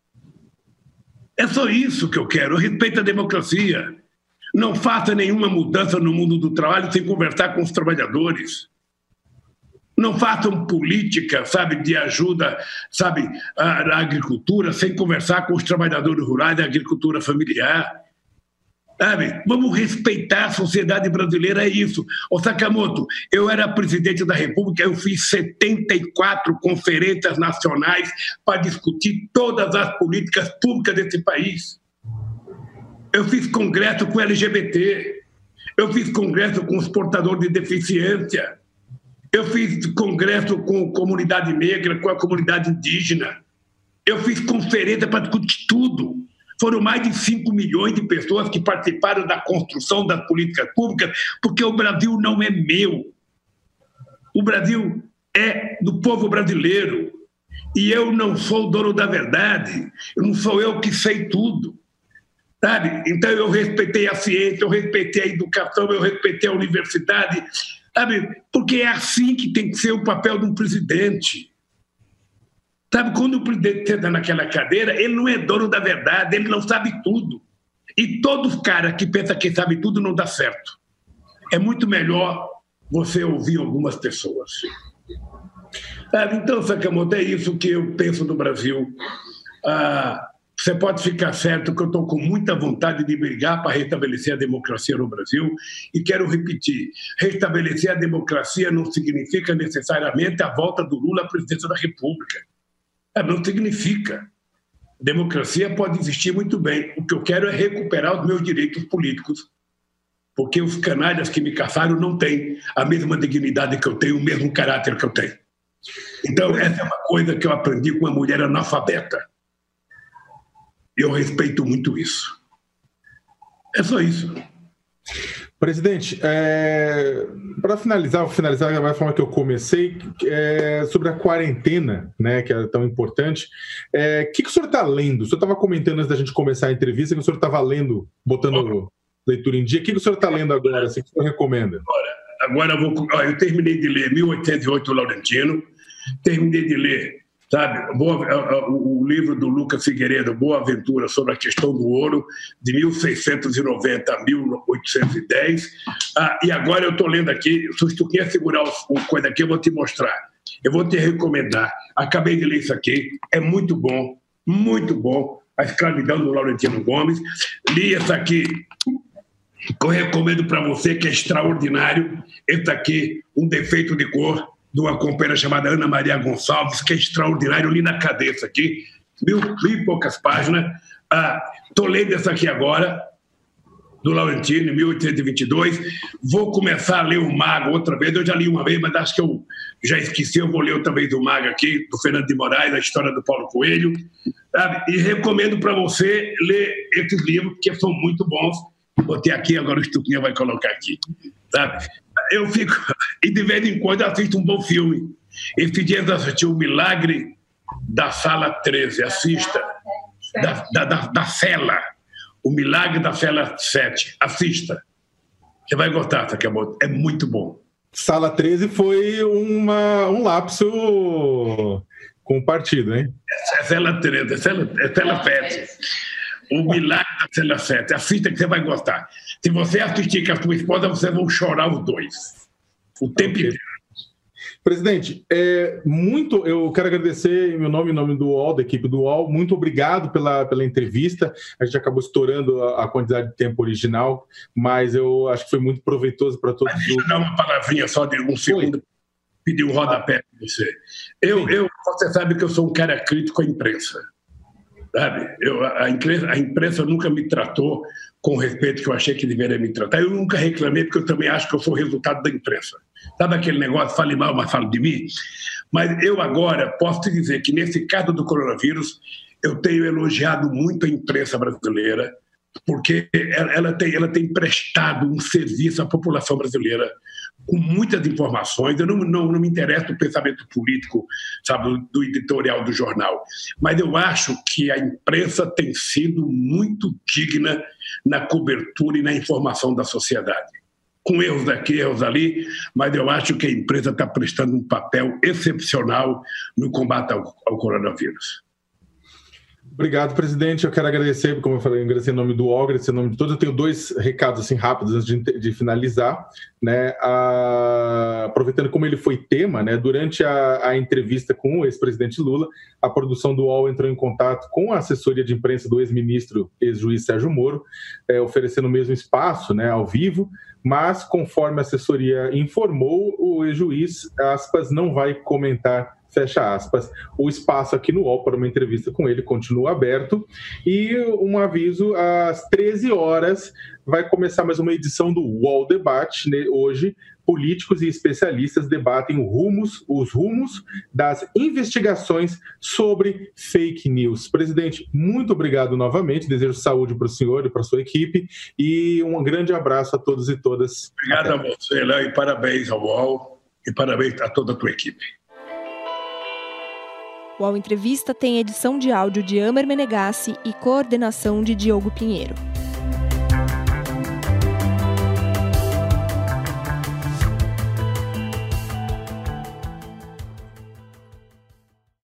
É só isso que eu quero, eu respeito a democracia. Não faça nenhuma mudança no mundo do trabalho sem conversar com os trabalhadores. Não façam política, sabe, de ajuda, sabe, à agricultura sem conversar com os trabalhadores rurais da agricultura familiar. Sabe? Vamos respeitar a sociedade brasileira, é isso. Ô Sakamoto, eu era presidente da República, eu fiz setenta e quatro conferências nacionais para discutir todas as políticas públicas desse país. Eu fiz congresso com L G B T, eu fiz congresso com os portadores de deficiência, eu fiz congresso com a comunidade negra, com a comunidade indígena, eu fiz conferência para discutir tudo. Foram mais de cinco milhões de pessoas que participaram da construção das políticas públicas, porque o Brasil não é meu. O Brasil é do povo brasileiro. E eu não sou o dono da verdade. Não sou eu que sei tudo. Sabe? Então eu respeitei a ciência, eu respeitei a educação, eu respeitei a universidade. Sabe? Porque é assim que tem que ser o papel de um presidente. Sabe, quando o presidente senta naquela cadeira, ele não é dono da verdade, ele não sabe tudo. E todo cara que pensa que sabe tudo não dá certo. É muito melhor você ouvir algumas pessoas. Sabe, então, Sakamoto, é isso que eu penso do Brasil. Ah, você pode ficar certo que eu estou com muita vontade de brigar para restabelecer a democracia no Brasil e quero repetir, restabelecer a democracia não significa necessariamente a volta do Lula à presidência da República. Não significa. Democracia pode existir muito bem. O que eu quero é recuperar os meus direitos políticos, porque os canalhas que me caçaram não têm a mesma dignidade que eu tenho, o mesmo caráter que eu tenho. Então, essa é uma coisa que eu aprendi com uma mulher analfabeta. Eu respeito muito isso. É só isso. Presidente, é, para finalizar, vou finalizar da forma que eu comecei, é, sobre a quarentena, né, que é tão importante. O é, que, que o senhor está lendo? O senhor estava comentando antes da gente começar a entrevista que o senhor estava lendo, botando leitura em dia. O que, que o senhor está lendo agora? Assim, o que o senhor recomenda? Agora, agora eu, vou, eu terminei de ler mil oitocentos e oito, Laurentino, terminei de ler, sabe, Boa, o, o livro do Lucas Figueiredo, Boa Aventura, sobre a questão do ouro, de mil seiscentos e noventa a mil oitocentos e dez. Ah, e agora eu estou lendo aqui, se tu quer segurar o coisa aqui, eu vou te mostrar. Eu vou te recomendar. Acabei de ler isso aqui, é muito bom, muito bom. A Escravidão do Laurentino Gomes. Li essa aqui, que eu recomendo para você, que é extraordinário. Esse aqui, Um Defeito de Cor, de uma companheira chamada Ana Maria Gonçalves, que é extraordinário. Eu li na cabeça aqui, mil, mil e poucas páginas. Estou ah, lendo essa aqui agora, do Laurentino, mil oitocentos e vinte e dois. Vou começar a ler o Mago outra vez. Eu já li uma vez, mas acho que eu já esqueci. Eu vou ler outra vez o Mago aqui, do Fernando de Moraes, a história do Paulo Coelho. Sabe? E recomendo para você ler esses livros, porque são muito bons. Botei aqui, agora o Stuquinha vai colocar aqui. Sabe? Eu fico... E de vez em quando eu assisto um bom filme. Esse dia eu assisti O Milagre da Sala treze. Assista. Da, da, da, da Cela. O Milagre da Cela sete. Assista. Você vai gostar, isso aqui é muito bom. Sala treze foi uma, um lapso com o partido, hein? É Cela treze, é Cela, é Cela sete. O Milagre da Cela sete. Assista que você vai gostar. Se você assistir com a sua esposa, vocês vão chorar os dois. O tempo okay. inteiro. Presidente, é, muito, eu quero agradecer em meu nome, em nome do U O L, da equipe do U O L, muito obrigado pela, pela entrevista. A gente acabou estourando a, a quantidade de tempo original, mas eu acho que foi muito proveitoso para todos. Deixa eu dar uma palavrinha só de um segundo, pedir um rodapé para você. Eu, eu, você sabe que eu sou um cara crítico à imprensa. Sabe? Eu, a, imprensa, a imprensa nunca me tratou com o respeito que eu achei que deveria me tratar. Eu nunca reclamei, porque eu também acho que eu sou o resultado da imprensa. Sabe aquele negócio, fale mal, mas fale de mim? Mas eu agora posso te dizer que nesse caso do coronavírus, eu tenho elogiado muito a imprensa brasileira, porque ela, ela, tem, ela tem prestado um serviço à população brasileira com muitas informações. Eu não, não, não me interesso no pensamento político, sabe, do editorial do jornal, mas eu acho que a imprensa tem sido muito digna na cobertura e na informação da sociedade. Com erros daqui, erros ali, mas eu acho que a imprensa está prestando um papel excepcional no combate ao, ao coronavírus. Obrigado, presidente. Eu quero agradecer, como eu falei, agradecer em nome do U O L, agradecer em nome de todos. Eu tenho dois recados assim, rápidos antes de, de finalizar. Né? A, aproveitando como ele foi tema, né? Durante a, a entrevista com o ex-presidente Lula, a produção do U O L entrou em contato com a assessoria de imprensa do ex-ministro, ex-juiz Sérgio Moro, é, oferecendo o mesmo espaço, né, ao vivo, mas, conforme a assessoria informou, o ex-juiz, aspas, não vai comentar, fecha aspas, o espaço aqui no U O L para uma entrevista com ele continua aberto. E um aviso, às treze horas vai começar mais uma edição do U O L Debate. Né? Hoje, políticos e especialistas debatem os rumos, os rumos das investigações sobre fake news. Presidente, muito obrigado novamente, desejo saúde para o senhor e para a sua equipe, e um grande abraço a todos e todas. Obrigado Até. a você, Léo, e parabéns ao U O L e parabéns a toda a tua equipe. O U O L Entrevista tem edição de áudio de Amer Menegassi e coordenação de Diogo Pinheiro.